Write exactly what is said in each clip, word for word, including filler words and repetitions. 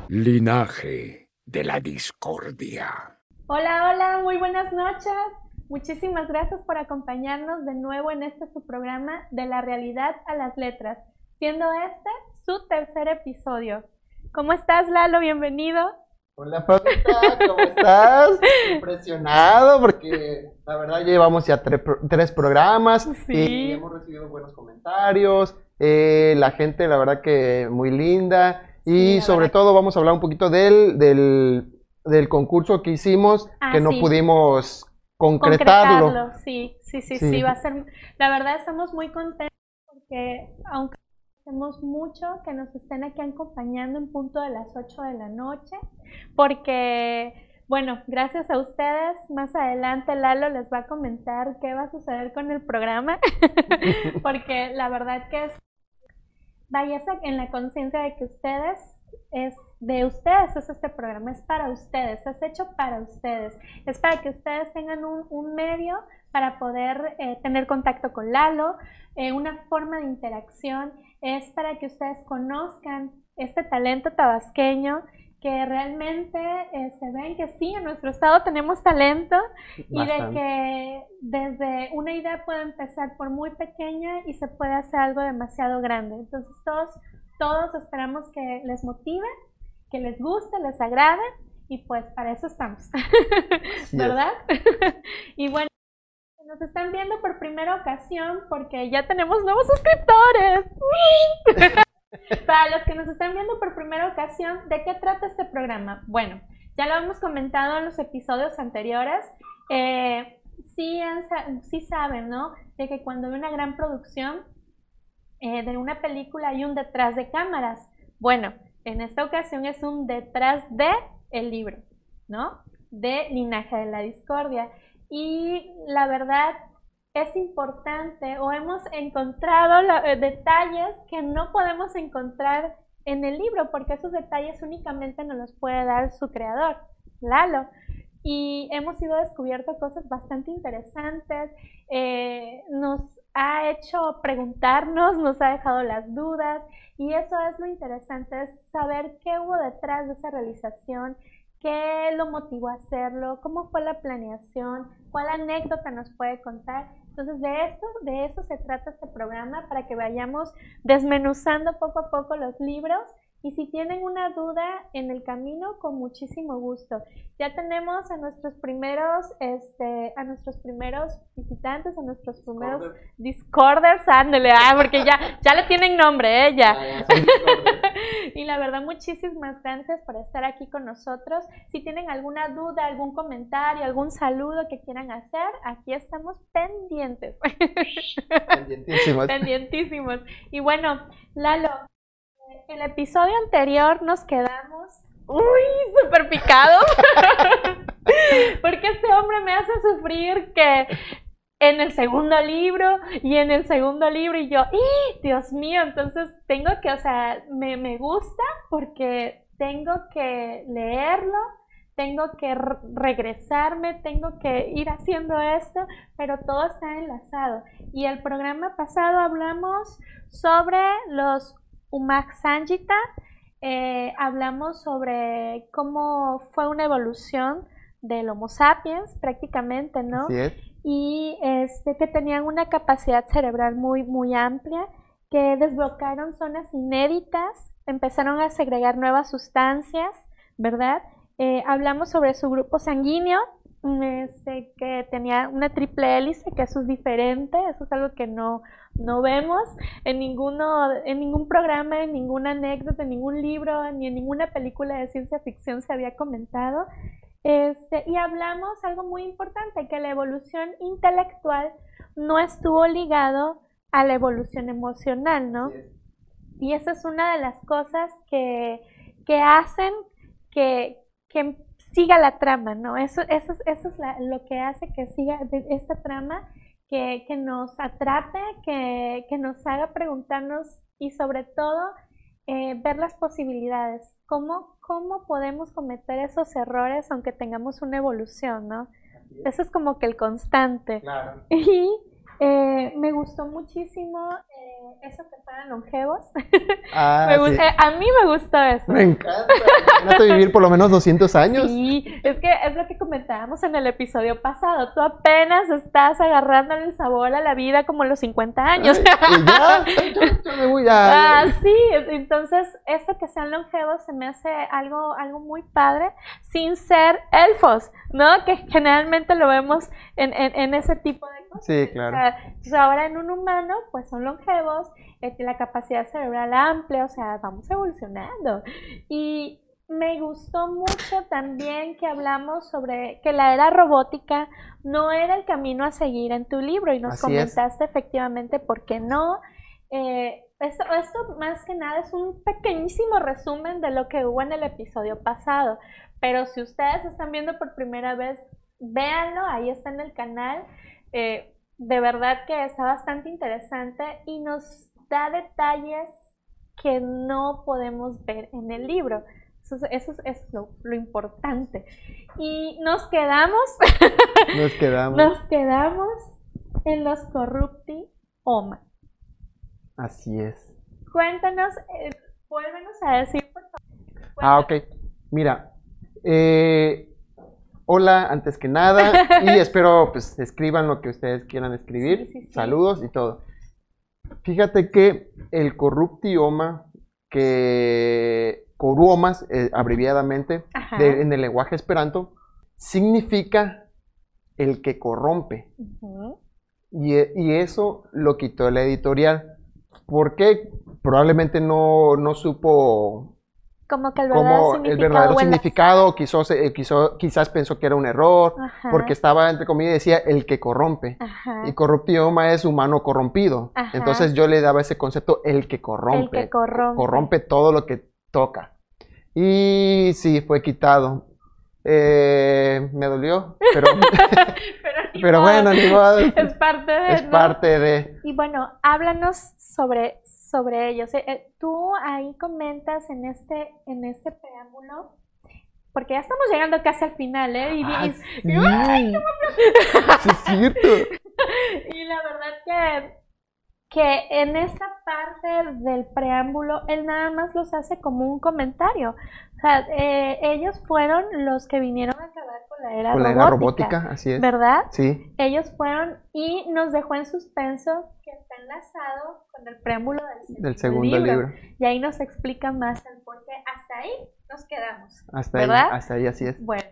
Linaje de la discordia. Hola, hola, muy buenas noches. Muchísimas gracias por acompañarnos de nuevo en este su programa de la realidad a las letras, siendo este su tercer episodio. ¿Cómo estás, Lalo? Bienvenido. Hola, Paulita, ¿cómo estás? Impresionado porque la verdad llevamos ya tre tres programas Sí. y hemos recibido buenos comentarios, eh, la gente la verdad que muy linda y Sí, sobre verdad. todo vamos a hablar un poquito del, del, del concurso que hicimos, Ah, que no sí. pudimos concretarlo. Concretarlo, sí, sí, sí, sí, Sí. va a ser, la verdad estamos muy contentos porque aunque hacemos mucho que nos estén aquí acompañando en punto de las ocho de la noche, porque, bueno, gracias a ustedes, más adelante Lalo les va a comentar qué va a suceder con el programa, porque la verdad que es, vaya en la conciencia de que ustedes, es de ustedes es este programa, es para ustedes, es hecho para ustedes, es para que ustedes tengan un, un medio para poder eh, tener contacto con Lalo, eh, una forma de interacción, es para que ustedes conozcan este talento tabasqueño, que realmente eh, se ven que sí, en nuestro estado tenemos talento y de que desde una idea puede empezar por muy pequeña y se puede hacer algo demasiado grande. Entonces todos, todos esperamos que les motive, que les guste, les agrade y pues para eso estamos, ¿verdad? Y bueno, nos están viendo por primera ocasión porque ya tenemos nuevos suscriptores. Para los que nos están viendo por primera ocasión, ¿de qué trata este programa? Bueno, ya lo hemos comentado en los episodios anteriores. Eh, sí, han, sí saben, ¿no? De que cuando hay una gran producción eh, de una película hay un detrás de cámaras. Bueno, en esta ocasión es un detrás de el libro, ¿no? De Linaje de la Discordia. Y la verdad es importante o hemos encontrado la, eh, detalles que no podemos encontrar en el libro porque esos detalles únicamente nos los puede dar su creador, Lalo. Y hemos ido descubierto cosas bastante interesantes, eh, nos ha hecho preguntarnos, nos ha dejado las dudas y eso es lo interesante, es saber qué hubo detrás de esa realización, qué lo motivó a hacerlo, cómo fue la planeación, cuál anécdota nos puede contar. Entonces de esto, de eso se trata este programa, para que vayamos desmenuzando poco a poco los libros y si tienen una duda en el camino, con muchísimo gusto. Ya tenemos a nuestros primeros, este, a nuestros primeros visitantes, a nuestros primeros Discorder. discorders, ándale, ah, porque ya, ya le tienen nombre, ¿eh? Ya. Ya, ya, son discorders. Y la verdad, muchísimas gracias por estar aquí con nosotros. Si tienen alguna duda, algún comentario, algún saludo que quieran hacer, aquí estamos pendientes. Pendientísimos. Pendientísimos. Y bueno, Lalo, el episodio anterior nos quedamos, uy, súper picados, porque este hombre me hace sufrir que en el segundo libro y en el segundo libro y yo, ¡ih! Dios mío, entonces tengo que, o sea, me, me gusta porque tengo que leerlo, tengo que regresarme, tengo que ir haciendo esto, pero todo está enlazado. Y el programa pasado hablamos sobre los Umag Sanjita, eh, hablamos sobre cómo fue una evolución del Homo sapiens prácticamente, ¿no? Así es. Y este, que tenían una capacidad cerebral muy, muy amplia, que desbloquearon zonas inéditas, empezaron a segregar nuevas sustancias, ¿verdad? Eh, hablamos sobre su grupo sanguíneo, este, que tenía una triple hélice, que eso es diferente, eso es algo que no, no vemos en, ninguno, en ningún programa, en ninguna anécdota, en ningún libro, ni en ninguna película de ciencia ficción se había comentado. Este, y hablamos algo muy importante, que la evolución intelectual no estuvo ligado a la evolución emocional, ¿no? Sí. Y esa es una de las cosas que, que hacen que, que siga la trama, ¿no? Eso, eso, es, eso es la, lo que hace que siga esta trama, que, que nos atrape, que, que nos haga preguntarnos y sobre todo eh, ver las posibilidades, cómo, cómo podemos cometer esos errores aunque tengamos una evolución, ¿no? Eso es como que el constante. Claro. Y Eh, me gustó muchísimo eh, eso que fueran longevos. Ah, Me gu- sí. eh, a mí me gustó eso. Me encanta. Imagínate vivir por lo menos doscientos años. Sí, es que es lo que comentábamos en el episodio pasado. Tú apenas estás agarrándole el sabor a la vida como a los cincuenta años. Ay, y ya, yo, yo me voy a... Ah, sí, entonces esto que sean longevos se me hace algo, algo muy padre, sin ser elfos, ¿no? Que generalmente lo vemos en, en, en ese tipo de cosas. Sí, claro. O sea, entonces ahora en un humano, pues son longevos, eh, la capacidad cerebral amplia, o sea, vamos evolucionando. Y me gustó mucho también que hablamos sobre que la era robótica no era el camino a seguir en tu libro, y nos Así es. comentaste efectivamente por qué no. Eh, esto, esto más que nada es un pequeñísimo resumen de lo que hubo en el episodio pasado, pero si ustedes están viendo por primera vez, véanlo, ahí está en el canal. Eh, de verdad que está bastante interesante y nos da detalles que no podemos ver en el libro. Eso, es- eso es, eso es lo, lo importante. Y nos quedamos, Nos quedamos. nos quedamos en los Corrupti Oma. Así es. Cuéntanos, eh, vuélvenos a decir, por favor. Ah, ok. Mira, eh, hola, antes que nada, y espero pues escriban lo que ustedes quieran escribir. Sí, sí, sí. Saludos y todo. Fíjate que el corruptioma, que coruomas, eh, abreviadamente, Ajá. de- en el lenguaje esperanto, significa el que corrompe. Ujú. Y, e- y eso lo quitó la editorial. ¿Por qué? Probablemente no, no supo Como que el verdadero como el significado. verdadero o el- significado, quiso, se- quiso- quizás pensó que era un error, Ajá. porque estaba, entre comillas, decía el que corrompe. Ajá. Y corruptioma es humano corrompido. Ajá. Entonces yo le daba ese concepto, el que El corrompe. que corrompe. Corrompe todo lo que toca. Y sí, fue quitado. Eh, me dolió, pero, Pero, ni pero modo. bueno, ni modo. Es parte de, Es ¿no? parte de... Y bueno, háblanos sobre, sobre ellos. Eh, eh, tú ahí comentas en este, en este preámbulo, porque ya estamos llegando casi al final, ¿eh? Y, Ah, y- sí. y- ¡ay! Sí, es cierto. Y la verdad que, que en esta parte del preámbulo, él nada más los hace como un comentario. O sea, eh, ellos fueron los que vinieron a acabar con la era Con la robótica, era robótica, así es. ¿verdad? Sí, Ellos fueron y nos dejó en suspenso, que está enlazado con el preámbulo del segundo, del segundo libro. Y ahí nos explica más el por qué. Hasta ahí nos quedamos. Hasta ahí, ¿Verdad? hasta ahí, así es. Bueno,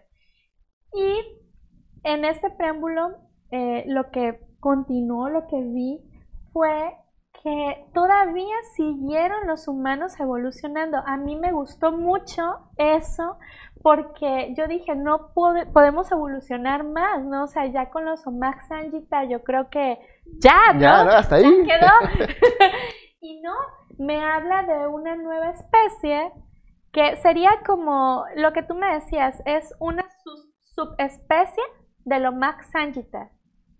y en este preámbulo, eh, lo que continuó, lo que vi, fue que todavía siguieron los humanos evolucionando. A mí me gustó mucho eso, porque yo dije, no pode- podemos evolucionar más, ¿no? O sea, ya con los Omak Sanjita, yo creo que ya, ¿no? Ya, ¿no? Hasta ahí. Quedó. Y no, me habla de una nueva especie que sería como lo que tú me decías, es una sus- subespecie del Omak Sanjita,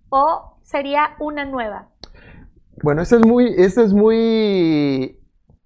o sería una nueva. Bueno, este es muy, este es muy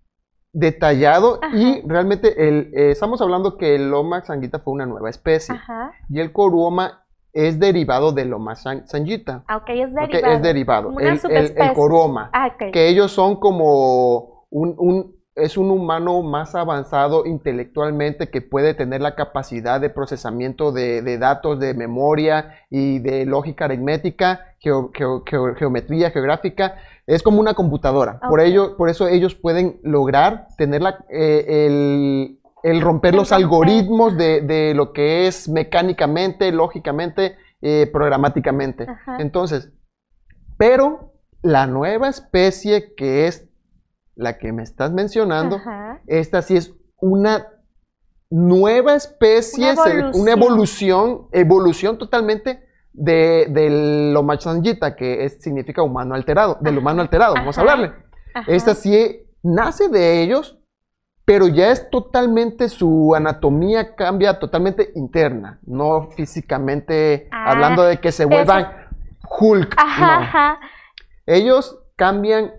detallado Ajá. y realmente el, eh, estamos hablando que el Loma sanguita fue una nueva especie Ajá. y el Coruoma es derivado del Loma san- sanguita. Ah, ok, es Ok, derivado. es derivado. Una El, el, el subespecie. Coruoma. Ah, ok. Que ellos son como un, un- es un humano más avanzado intelectualmente que puede tener la capacidad de procesamiento de, de datos, de memoria y de lógica aritmética, geo- geo- geo- geometría geográfica. Es como una computadora. Por Ok. ello, por eso ellos pueden lograr tener la, eh, el, el romper El los romper. algoritmos de, de lo que es mecánicamente, lógicamente, eh, programáticamente. Ajá. Entonces, pero la nueva especie que es la que me estás mencionando, Ajá. esta sí es una nueva especie, Una se- evolución. una evolución, evolución totalmente de, del Loma Sanjita, que es- significa humano alterado, del Ajá. humano alterado, vamos a Ajá. hablarle. Ajá. Esta sí nace de ellos, pero ya es totalmente, su anatomía cambia totalmente interna, no físicamente, Ah, hablando de que se vuelvan Hulk. Ajá, no. ajá. Ellos cambian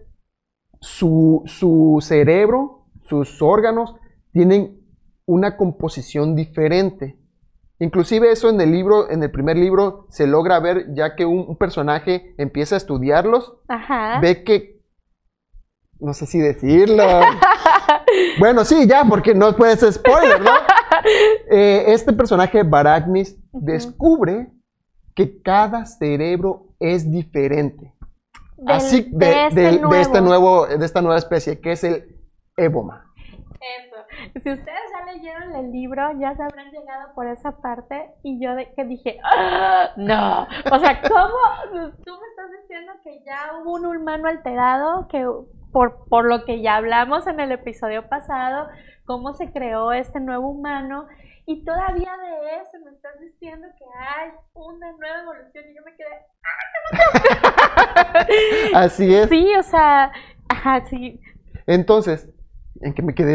su, su cerebro, sus órganos, tienen una composición diferente. Inclusive eso en el libro, en el primer libro, se logra ver ya que un, un personaje empieza a estudiarlos, Ajá. ve que, no sé si decirlo, bueno, sí, ya, porque no puede ser spoiler, ¿no? Eh, este personaje, Baragnis, Ujú. descubre que cada cerebro es diferente. Del- Así de de, este de- de nuevo. este nuevo, de esta nueva especie, que es el Evoma. Eso. Si ustedes ya leyeron el libro, ya se habrán llegado por esa parte y yo de, que dije, ¡ah! No. O sea, ¿cómo? Tú me estás diciendo que ya hubo un humano alterado, que por, por lo que ya hablamos en el episodio pasado, cómo se creó este nuevo humano, y todavía de eso me estás diciendo que hay una nueva evolución y yo me quedé. Así es. Sí, o sea, ajá, sí. Entonces, ¿en qué me quedé?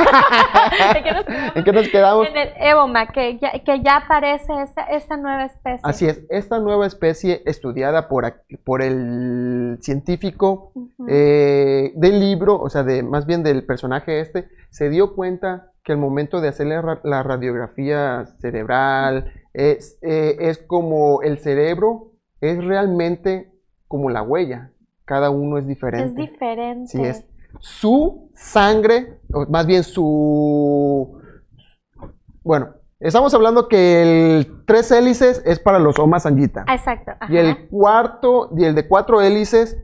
¿En qué nos quedamos? ¿En qué nos quedamos? En el Evoma, que ya, que ya aparece esta, esta nueva especie. Así es, esta nueva especie estudiada por, ac- por el científico Ujú. eh, del libro, o sea, de, más bien del personaje este, se dio cuenta que al momento de hacer la, ra- la radiografía cerebral, es, eh, es como el cerebro, es realmente como la huella, cada uno es diferente. Es diferente. Así es. Su sangre, o más bien su... Bueno, estamos hablando que el tres hélices es para los Oma Sanjita. Ah, exacto. Ajá. Y el cuarto, y el de cuatro hélices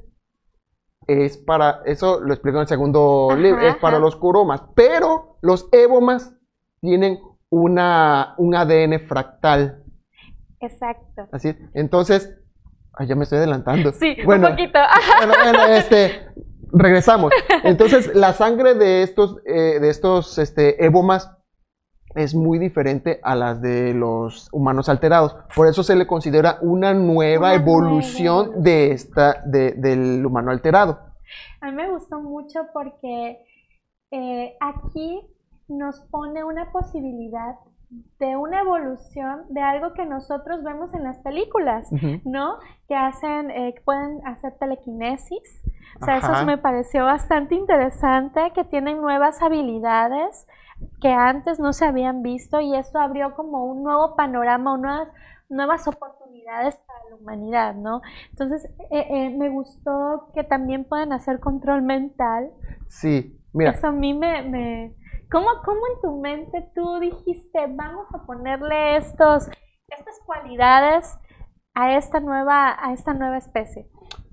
es para, eso lo explico en el segundo Ajá, libro, es para ajá. los Kuromas. Pero los Evomas tienen una, un A D N fractal. Exacto. Así es. Entonces, ay, ya me estoy adelantando. Sí, Bueno, un poquito. Ajá. bueno, bueno, este, regresamos. Entonces, la sangre de estos, eh, de estos este, Evomas es muy diferente a las de los humanos alterados. Por eso se le considera una nueva Una evolución nueva de esta, de- del humano alterado. A mí me gustó mucho porque eh, aquí nos pone una posibilidad de una evolución de algo que nosotros vemos en las películas, Ujú. ¿no? Que hacen, eh, que pueden hacer telequinesis. O sea, Ajá. eso me pareció bastante interesante, que tienen nuevas habilidades que antes no se habían visto, y esto abrió como un nuevo panorama, unas nuevas oportunidades para la humanidad, ¿no? Entonces, eh, eh, me gustó que también puedan hacer control mental. Sí, mira, Eso a mí me... me... ¿Cómo, cómo en tu mente tú dijiste, vamos a ponerle estos, estas cualidades a esta nueva, a esta nueva especie?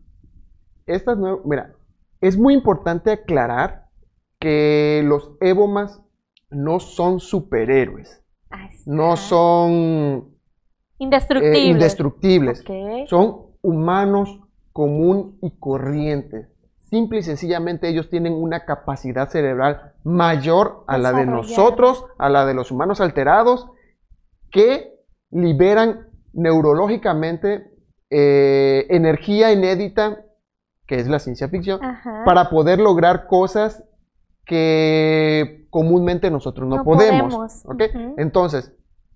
estas nue- mira, es muy importante aclarar que los Evomas no son superhéroes, Ahí está. no son eh, Indestructibles. indestructibles. Ok. Son humanos común y corrientes. Simple y sencillamente ellos tienen una capacidad cerebral mayor a la de Desarrollada. nosotros, a la de los humanos alterados, que liberan neurológicamente eh, energía inédita, que es la ciencia ficción, Ajá. para poder lograr cosas que comúnmente nosotros no, No podemos. podemos. ¿Ok? Ujú. Entonces,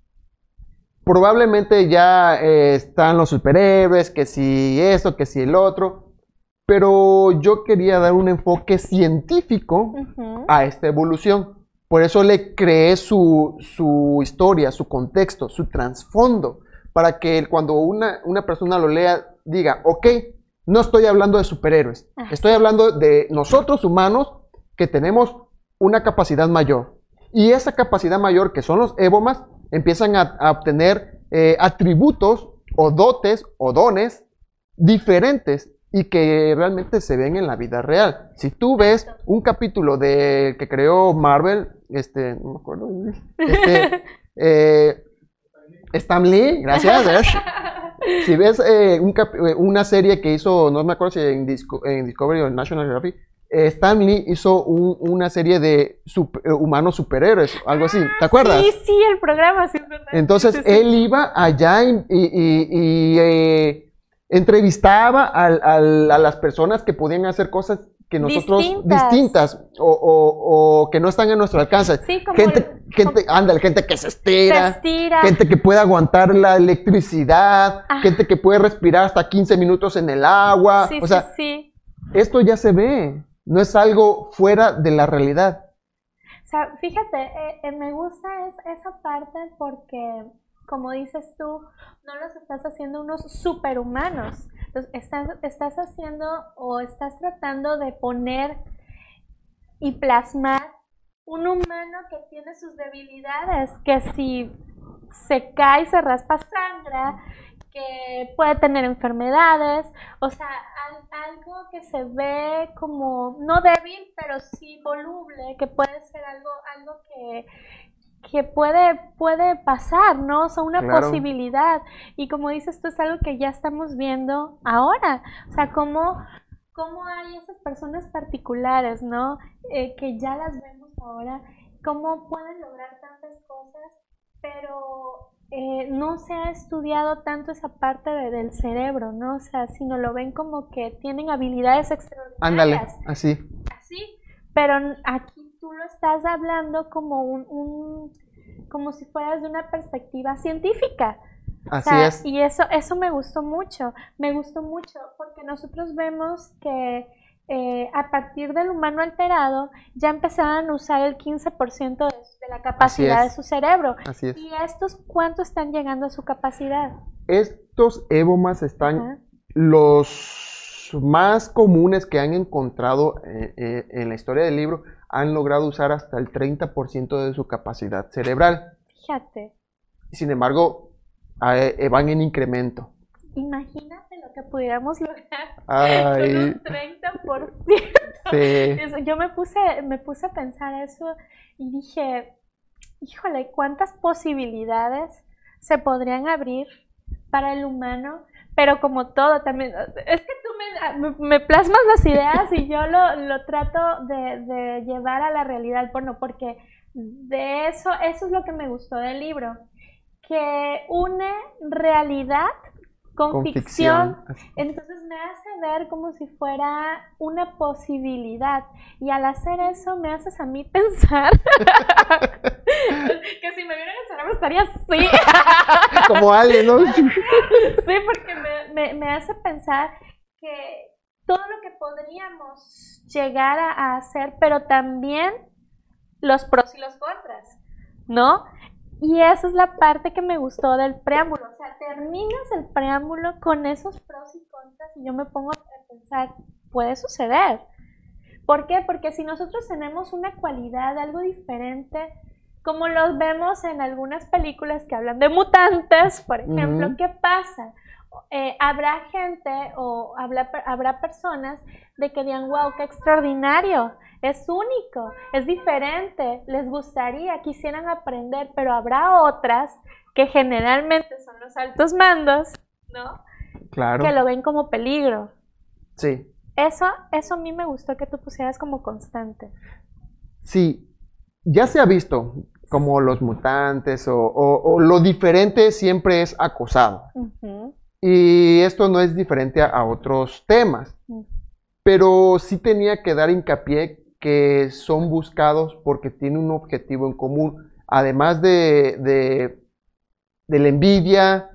probablemente ya eh, están los superhéroes, que si esto, que si el otro, pero yo quería dar un enfoque científico Ujú. a esta evolución. Por eso le creé su, su historia, su contexto, su trasfondo, para que cuando una, una persona lo lea diga, ok, no estoy hablando de superhéroes, Así estoy hablando de nosotros humanos que tenemos una capacidad mayor. Y esa capacidad mayor, que son los Evomas, empiezan a, a obtener eh, atributos o dotes o dones diferentes y que realmente se ven en la vida real. Si tú ves un capítulo de que creó Marvel, este, no me acuerdo, este, eh, Stan Lee, gracias. ¿eh? Si ves eh, un cap- eh, una serie que hizo, no me acuerdo si en, Disco- en Discovery o en National Geographic, eh, Stan Lee hizo un- una serie de sup- eh, humanos superhéroes, algo así, ¿te acuerdas? Sí, sí, el programa, sí, es verdad. Entonces Sí, sí, sí. él iba allá y, y- y- y, eh, entrevistaba al- al- a las personas que podían hacer cosas que nosotros Distintas. distintas, o, o- o que no están a nuestro alcance. Sí, como gente, el- gente, ándale, gente que se Se estira, estira. gente que puede aguantar la electricidad, Ah. gente que puede respirar hasta quince minutos en el agua. Sí, o sea, sí, sí. esto ya se ve, no es algo fuera de la realidad. O sea, fíjate, eh, eh, me gusta es- esa parte porque como dices tú, no los estás haciendo unos superhumanos. Los estás, estás haciendo o estás tratando de poner y plasmar un humano que tiene sus debilidades, que si se cae, se raspa, sangra, que puede tener enfermedades, o sea, al, algo que se ve como, no débil, pero sí voluble, que puede ser algo, algo que, que puede, puede pasar, ¿no? O sea, una Claro. posibilidad. Y como dices tú, es algo que ya estamos viendo ahora. O sea, cómo, cómo hay esas personas particulares, ¿no? Eh, que ya las vemos ahora, cómo pueden lograr tantas cosas, pero eh, no se ha estudiado tanto esa parte de- del cerebro, ¿no? O sea, sino lo ven como que tienen habilidades Ándale, extraordinarias, así. así, pero n- aquí tú lo estás hablando como un, un- como si fueras de una perspectiva científica. O Así sea, es. y eso, eso me gustó mucho, me gustó mucho, porque nosotros vemos que eh, a partir del humano alterado ya empezaban a usar el quince por ciento de, de la capacidad de es. su cerebro. Así es. ¿Y estos cuánto están llegando a su capacidad? Estos evomas están Ajá. los más comunes que han encontrado eh, eh, en la historia del libro, han logrado usar hasta el treinta por ciento de su capacidad cerebral. Fíjate, Sin embargo, eh, eh, van en incremento. imagínate lo que pudiéramos lograr con Ay, un treinta por ciento. sí, Eso, yo me puse, me puse a pensar eso y dije, híjole, ¿cuántas posibilidades se podrían abrir para el humano? Pero como todo también, es que tú me, me- me plasmas las ideas y yo lo, lo trato de, de llevar a la realidad, bueno, porque de eso, eso es lo que me gustó del libro, que une realidad con, con ficción. ficción. Así- Entonces me hace ver como si fuera una posibilidad. Y al hacer eso me haces a mí pensar que si me vieran el cerebro estaría así. Como alguien, ¿no? Sí, porque me, me, me hace pensar que todo lo que podríamos llegar a, a hacer, pero también los pros y los contras, ¿no? Y esa es la parte que me gustó del preámbulo. O sea, terminas el preámbulo con esos pros y contras y yo me pongo a pensar, puede suceder. ¿Por qué? Porque si nosotros tenemos una cualidad, algo diferente, como los vemos en algunas películas que hablan de mutantes, por ejemplo, Ujú. ¿qué pasa? Eh, habrá gente o habrá, habrá personas de que digan, wow, qué extraordinario, es único, es diferente, les gustaría, quisieran aprender, pero habrá otras que generalmente son los altos mandos, ¿no? Claro. Que lo ven como peligro. Sí, Eso, eso a mí me gustó que tú pusieras como constante. sí. Ya se ha visto como los mutantes o, o- o lo diferente siempre es acosado. Ujú, Y esto no es diferente a, a otros temas. ujú. Pero sí tenía que dar hincapié que son buscados porque tienen un objetivo en común. Además de, de, de la envidia,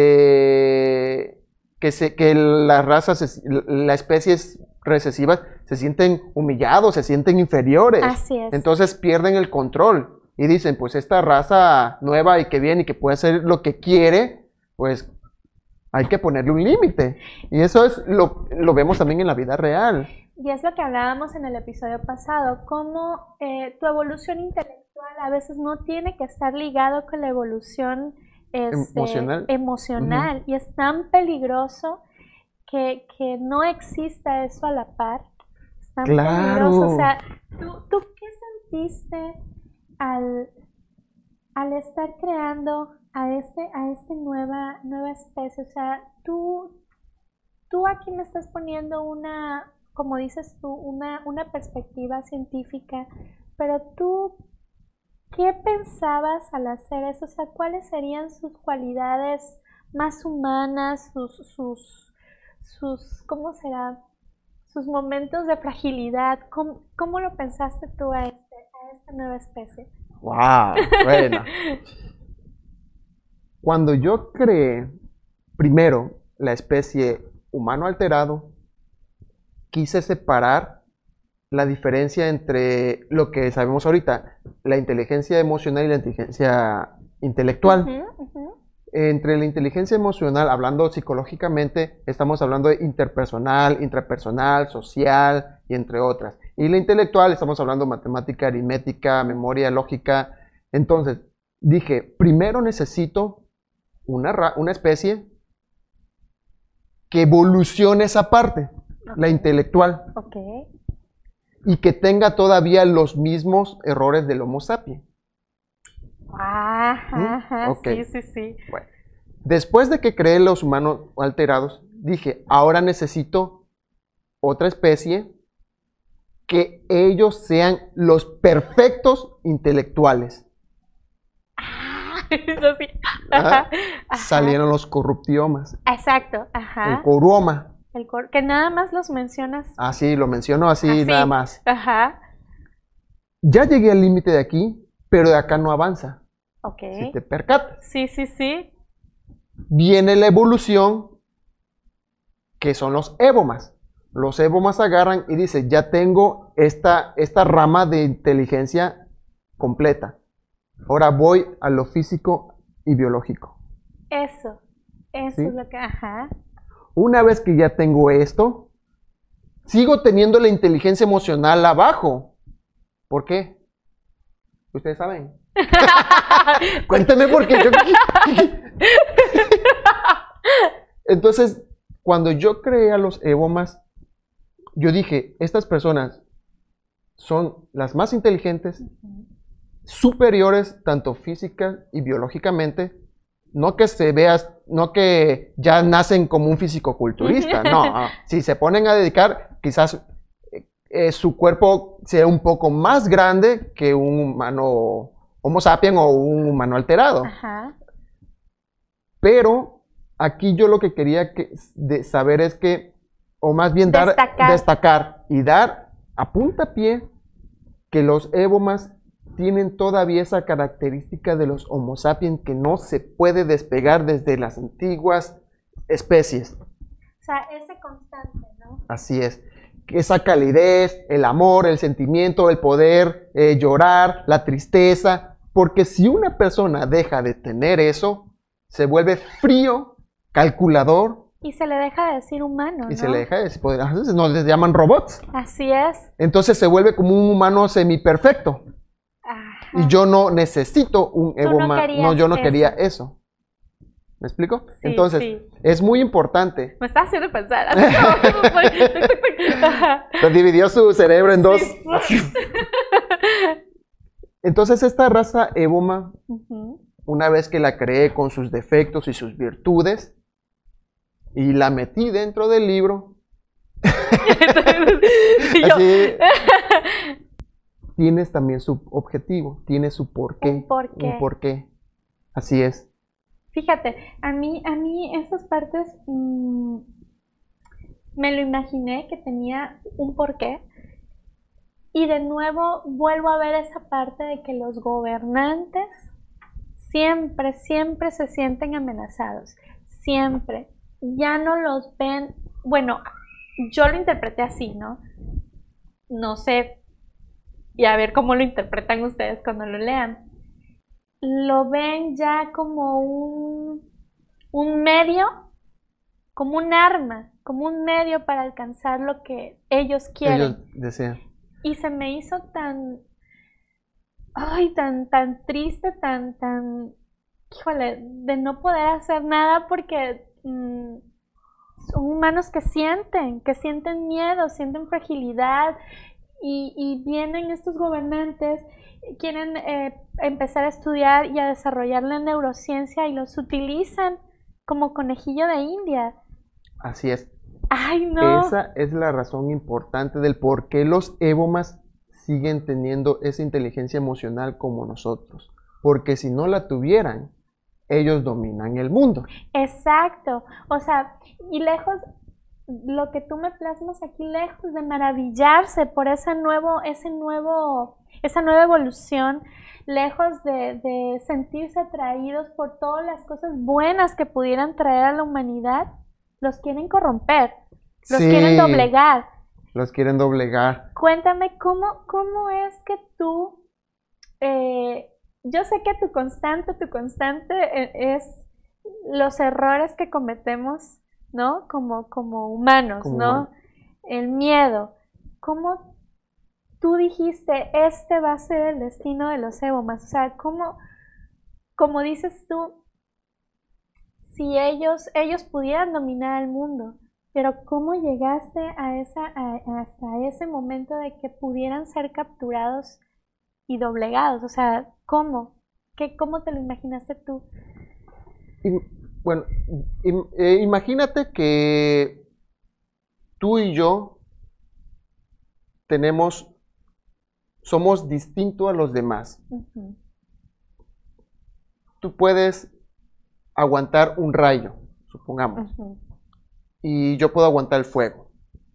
de que, se, que las razas, las especies recesivas se sienten humillados, se sienten inferiores. Así es. Entonces pierden el control y dicen, pues esta raza nueva y que viene y que puede hacer lo que quiere, pues hay que ponerle un límite. Y eso es lo, lo vemos también en la vida real. Y es lo que hablábamos en el episodio pasado, cómo eh, tu evolución intelectual a veces no tiene que estar ligado con la evolución este, Emocional. emocional. Ujú. Y es tan peligroso que, que no exista eso a la par. Es tan Claro. peligroso. O sea, ¿tú, tú qué sentiste al, al estar creando a este, a este nueva, nueva especie? O sea, tú, tú aquí me estás poniendo una, como dices tú, una, una perspectiva científica, pero tú, ¿qué pensabas al hacer eso? O sea, ¿cuáles serían sus cualidades más humanas, sus, sus, sus, ¿cómo será? Sus momentos de fragilidad. ¿Cómo, cómo lo pensaste tú a, este, a esta nueva especie? Wow, bueno. Cuando yo creé primero la especie humano alterado, quise separar la diferencia entre lo que sabemos ahorita, la inteligencia emocional y la inteligencia intelectual. Ujú, ujú. entre la inteligencia emocional, hablando psicológicamente, estamos hablando de interpersonal, intrapersonal, social y entre otras. Y la intelectual, estamos hablando de matemática, aritmética, memoria, lógica. Entonces, dije, primero necesito una, ra- una especie que evolucione esa parte, la intelectual, Ok. y que tenga todavía los mismos errores del Homo sapiens. Ajá, ¿Mm? ajá, Ok. sí, sí, sí. Bueno, después de que creé los humanos alterados, dije, ahora necesito otra especie que ellos sean los perfectos intelectuales. Eso sí. Ajá. Ajá, ajá. Salieron los corruptiomas, Exacto, ajá. el coruoma. El cor- que nada más los mencionas Así, lo menciono así, así. nada más. Ajá. Ya llegué al límite de aquí, pero de acá no avanza. Ok. Si te percatas. Sí, sí, sí. Viene la evolución, que son los ébomas. Los ébomas agarran y dicen, ya tengo esta, esta rama de inteligencia completa. Ahora voy a lo físico y biológico. Eso. Eso ¿Sí? es lo que. Ajá. Una vez que ya tengo esto, sigo teniendo la inteligencia emocional abajo. ¿Por qué? ¿Ustedes saben? Cuéntame por qué. Yo... Entonces, cuando yo creé a los ébomas, yo dije, estas personas son las más inteligentes, superiores tanto física y biológicamente, no que se veas, no que ya nacen como un fisicoculturista, no, no. Si se ponen a dedicar, quizás eh, su cuerpo sea un poco más grande que un humano Homo sapiens o un humano alterado. Ajá. Pero aquí yo lo que quería que, de saber es que, o más bien dar, Destacar. destacar y dar a puntapié que los ébomas tienen todavía esa característica de los Homo sapiens que no se puede despegar desde las antiguas especies. O sea, ese constante, ¿no? Así es. Esa calidez, el amor, el sentimiento, el poder eh, llorar, la tristeza. Porque si una persona deja de tener eso, se vuelve frío, calculador, Y se le deja de decir humano, y ¿no? se le deja de decir, no les llaman robots. Así es. Entonces se vuelve como un humano semiperfecto. Ajá. Y yo no necesito un Tú no eboma. querías No, yo no eso. quería eso. ¿Me explico? Sí, Entonces, sí. es muy importante. Me está haciendo pensar. Ajá. Lo dividió su cerebro en dos. Sí. Entonces, esta raza eboma, Ujú. una vez que la creé con sus defectos y sus virtudes, y la metí dentro del libro, Y yo, así, tienes también su objetivo, tiene su porqué. Un porqué. Un porqué. Así es. Fíjate, a mí, a mí esas partes mm, me lo imaginé que tenía un porqué. Y de nuevo vuelvo a ver esa parte de que los gobernantes siempre, siempre se sienten amenazados. Siempre. Ya no los ven. Bueno, yo lo interpreté así, ¿no? No sé. Y a ver cómo lo interpretan ustedes cuando lo lean. Lo ven ya como un, un medio, como un arma, como un medio para alcanzar lo que ellos quieren. Ellos desean. Y se me hizo tan, ay, tan, tan triste, tan, tan, híjole, de no poder hacer nada porque mm, son humanos que sienten, que sienten miedo, sienten fragilidad y, y vienen estos gobernantes, quieren eh, empezar a estudiar y a desarrollar la neurociencia y los utilizan como conejillo de India. Así es. Ay, no. Esa es la razón importante del por qué los ébomas siguen teniendo esa inteligencia emocional como nosotros. Porque si no la tuvieran, ellos dominan el mundo. Exacto. O sea, y lejos, lo que tú me plasmas aquí, lejos de maravillarse por ese nuevo, ese nuevo, esa nueva evolución, lejos de, de sentirse atraídos por todas las cosas buenas que pudieran traer a la humanidad, los quieren corromper, los Sí, quieren doblegar. los quieren doblegar. Cuéntame, ¿cómo, cómo es que tú, eh, yo sé que tu constante, tu constante eh, es los errores que cometemos, ¿no? Como, como humanos, Como ¿no? humano. El miedo. ¿Cómo tú dijiste, este va a ser el destino de los Ebomas? O sea, ¿cómo, como dices tú, si ellos, ellos pudieran dominar el mundo, pero cómo llegaste a esa, a- hasta ese momento de que pudieran ser capturados y doblegados? O sea, ¿cómo? ¿Qué, cómo te lo imaginaste tú? Im- bueno, im- eh, imagínate que tú y yo tenemos, somos distintos a los demás. Ujú, Tú puedes aguantar un rayo, supongamos, ujú. y yo puedo aguantar el fuego.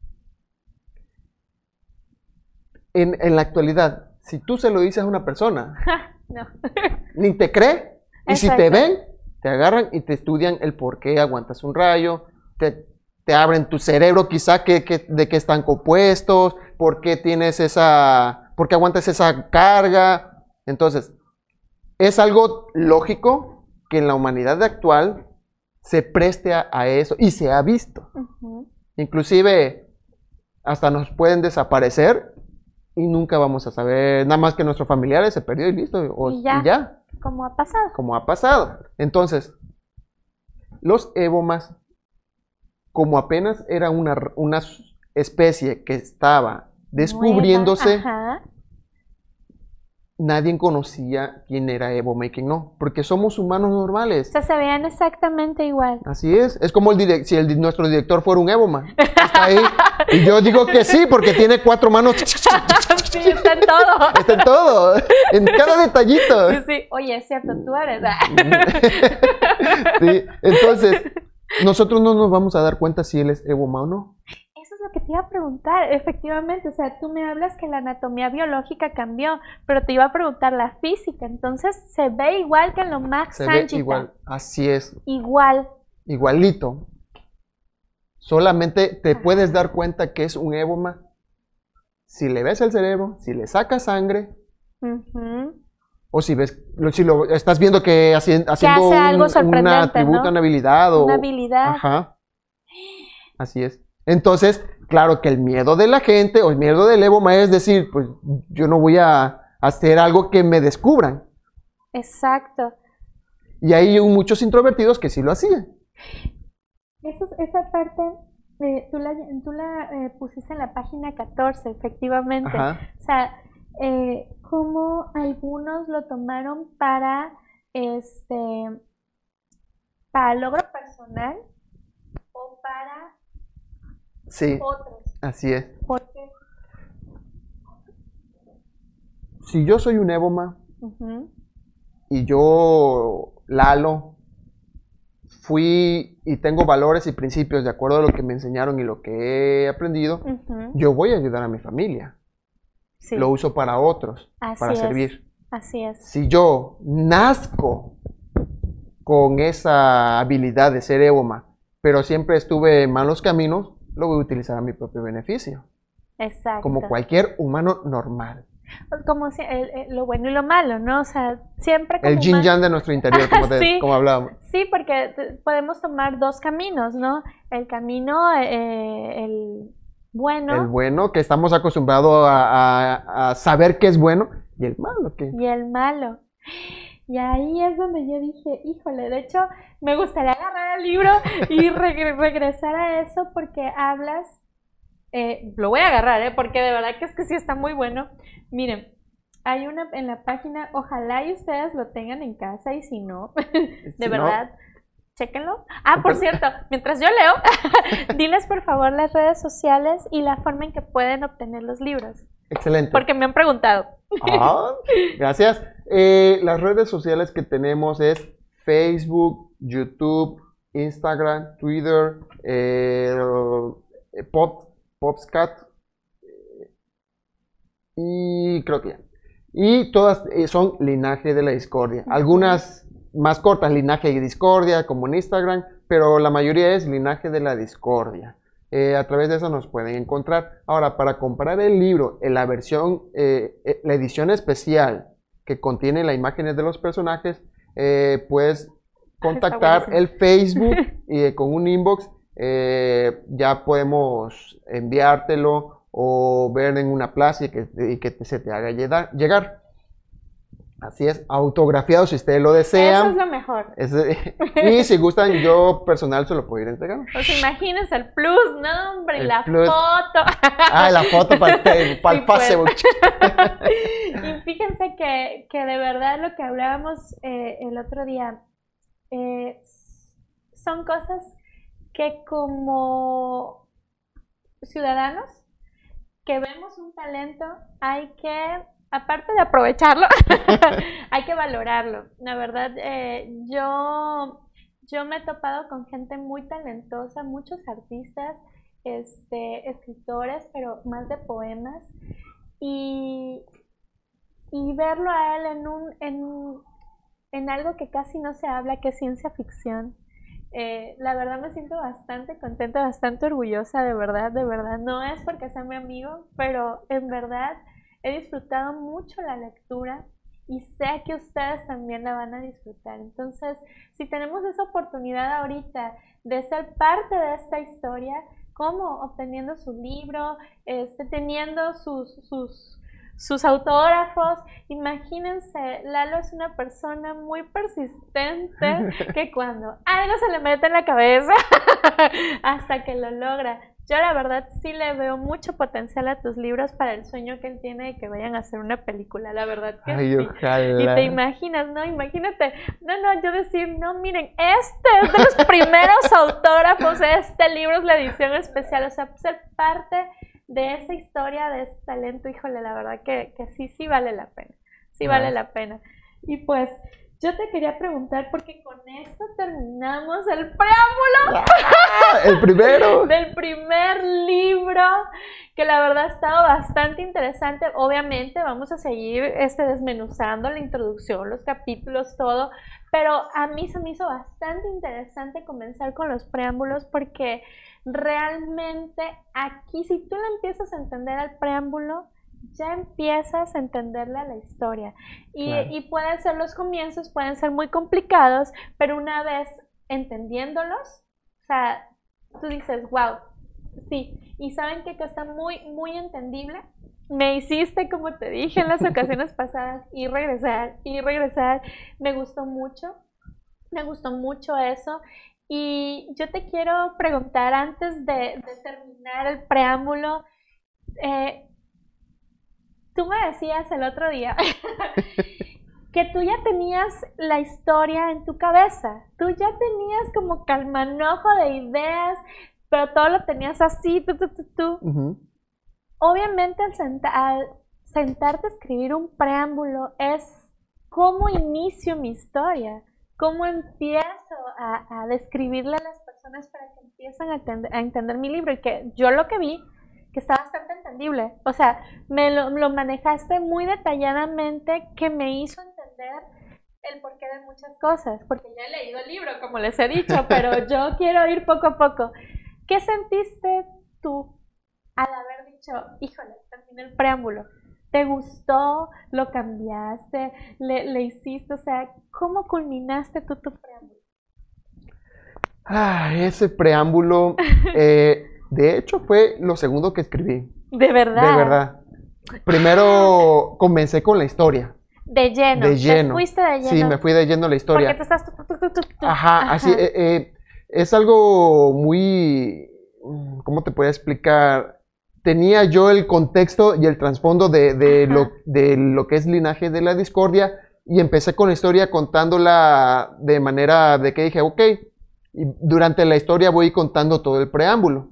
En, en la actualidad, si tú se lo dices a una persona, No. ni te cree, y si te Exacto. ven, te agarran y te estudian el por qué aguantas un rayo, te, te abren tu cerebro quizá que, que- de qué están compuestos, por qué tienes esa, por qué aguantas esa carga. Entonces, es algo lógico que en la humanidad actual se preste a, a eso y se ha visto. Ujú. Inclusive hasta nos pueden desaparecer y nunca vamos a saber, nada más que nuestros familiares se perdió y listo, o- Y ya. y ya, ¿Cómo ha pasado? como ha pasado. Entonces, los ébomas, como apenas era una, r- una s- especie que estaba descubriéndose, Nueva, ajá. nadie conocía quién era éboma y quién no, porque somos humanos O normales. sea, se veían exactamente igual. Así es, es como el direc- si el, di- nuestro director fuera un éboma. Está ahí. Y yo digo que sí, porque tiene cuatro manos. Sí, está en todo. Está en todo, en cada detallito. Sí, sí. Oye, es cierto, tú eres. Sí, entonces, nosotros no nos vamos a dar cuenta si él es éboma o no. Eso es lo que te iba a preguntar, efectivamente. O sea, tú me hablas que la anatomía biológica cambió, pero te iba a preguntar la física. Entonces, se ve igual que en lo Max Se ve Sanchita. igual, así es, Igual. igualito. Solamente te puedes dar cuenta que es un éboma si le ves el cerebro, si le sacas sangre, Ujú. o si ves, si lo estás viendo que haci- haciendo hace algo un, un sorprendente, atributo, ¿no? una habilidad o Una habilidad. ajá. Así es. Entonces, claro que el miedo de la gente o el miedo del éboma es decir, pues yo no voy a hacer algo que me descubran. Exacto. Y hay muchos introvertidos que sí lo hacían. Eso, esa parte, eh, tú la, tú la eh, pusiste en la página catorce, efectivamente. Ajá. O sea, eh, cómo algunos lo tomaron para, este, para logro personal o para Sí, otros. así es. ¿Por qué? Si yo soy un éboma Ujú, y yo, Lalo, fui y tengo valores y principios de acuerdo a lo que me enseñaron y lo que he aprendido, ujú. yo voy a ayudar a mi familia. Sí, Lo uso para otros, así para es. servir. Así es. Si yo nazco con esa habilidad de ser éboma, pero siempre estuve en malos caminos, lo voy a utilizar a mi propio beneficio, Exacto. como cualquier humano normal. Como si, el- el- lo bueno y lo malo, ¿no? O sea, siempre como El yin human- yang de nuestro interior, como, te- Sí. como hablábamos. Sí, porque t- podemos tomar dos caminos, ¿no? El camino, eh, el bueno El bueno, que estamos acostumbrados a, a- a saber que es bueno, y el malo, que y el malo. Y ahí es donde yo dije, híjole, de hecho, me gustaría agarrar el libro y reg- regresar a eso porque hablas, eh, lo voy a agarrar, ¿eh? Porque de verdad que es que sí está muy bueno. Miren, hay una en la página, ojalá y ustedes lo tengan en casa y si no, de Si no, verdad, chéquenlo. Ah, por cierto, mientras yo leo, diles por favor las redes sociales y la forma en que pueden obtener los libros, excelente. porque me han preguntado. Ah, gracias. Eh, las redes sociales que tenemos es Facebook, YouTube, Instagram, Twitter, eh, Pop, Popscat eh, y creo que ya. Y todas eh, son Linaje de la Discordia. Algunas más cortas, Linaje de Discordia, como en Instagram, pero la mayoría es Linaje de la Discordia. Eh, a través de eso nos pueden encontrar. Ahora, para comprar el libro en la versión, eh, eh, la edición especial que contiene las imágenes de los personajes, eh, pues contactar el Facebook y eh, con un inbox eh, ya podemos enviártelo o ver en una plaza y que, y que se te haga llegar. Así es, autografiado si ustedes lo desean. Eso es lo mejor. Es, y si gustan, yo personal se lo puedo ir entregando. Pues imagínense el plus, ¿no, hombre? El la plus. Foto. Ah, la foto para el, para el sí, Facebook. Y fíjense que, que de verdad lo que hablábamos eh, el otro día eh, son cosas que como ciudadanos que vemos un talento hay que, aparte de aprovecharlo, hay que valorarlo. La verdad, eh, yo, yo me he topado con gente muy talentosa, muchos artistas, este, escritores, pero más de poemas, y, y verlo a él en, un, en, en algo que casi no se habla, que es ciencia ficción. Eh, la verdad me siento bastante contenta, bastante orgullosa, de verdad, de verdad. No es porque sea mi amigo, pero en verdad he disfrutado mucho la lectura y sé que ustedes también la van a disfrutar. Entonces, si tenemos esa oportunidad ahorita de ser parte de esta historia, como obteniendo su libro, este, teniendo sus, sus, sus autógrafos, imagínense, Lalo es una persona muy persistente que cuando algo se le mete en la cabeza hasta que lo logra. Yo la verdad sí le veo mucho potencial a tus libros para el sueño que él tiene de que vayan a hacer una película, la verdad que Ay, sí. ojalá. Y te imaginas, ¿no? Imagínate, no, no, yo decir, no, miren, este es de los primeros autógrafos, este libro es la edición especial, o sea, ser parte de esa historia, de ese talento, híjole, la verdad que, que sí, sí vale la pena, sí vale la pena. Y pues, yo te quería preguntar, porque con esto terminamos el preámbulo. ¡Ah! El primero. Del primer libro, que la verdad ha estado bastante interesante. Obviamente vamos a seguir este, desmenuzando la introducción, los capítulos, todo. Pero a mí se me hizo bastante interesante comenzar con los preámbulos porque realmente aquí, si tú le empiezas a entender al preámbulo, ya empiezas a entenderle a la historia. Y, claro. y pueden ser los comienzos, pueden ser muy complicados, pero una vez entendiéndolos, o sea, tú dices, wow, sí. Y saben que, que está muy, muy entendible. Me hiciste, como te dije en las ocasiones pasadas, ir regresar, y regresar. Me gustó mucho, me gustó mucho eso. Y yo te quiero preguntar, antes de, de terminar el preámbulo, eh, tú me decías el otro día que tú ya tenías la historia en tu cabeza, tú ya tenías como calmanojo de ideas, pero todo lo tenías así, tú, tú, tú, tú. Uh-huh. Obviamente al, senta- al sentarte a escribir un preámbulo es cómo inicio mi historia, cómo empiezo a, a describirle a las personas para que empiecen a, tend- a entender mi libro, y que yo lo que vi que está bastante entendible, o sea, me lo, lo manejaste muy detalladamente, que me hizo entender el porqué de muchas cosas, porque ya he leído el libro, como les he dicho, pero yo quiero ir poco a poco. ¿Qué sentiste tú al haber dicho, híjole, terminé el preámbulo? ¿Te gustó? ¿Lo cambiaste? ¿Le, le hiciste? O sea, ¿cómo culminaste tú tu preámbulo? Ah, ese preámbulo... Eh... De hecho, fue lo segundo que escribí. ¿De verdad? De verdad. Primero comencé con la historia. De lleno. De lleno. ¿Te fuiste de lleno? Sí, me fui de lleno a la historia. Porque te estás... Ajá, Ajá. así, eh, eh, es algo muy... ¿Cómo te puedo explicar? Tenía yo el contexto y el trasfondo de, de, lo, de lo que es Linaje de la Discordia, y empecé con la historia contándola de manera de que dije, ok, y durante la historia voy contando todo el preámbulo.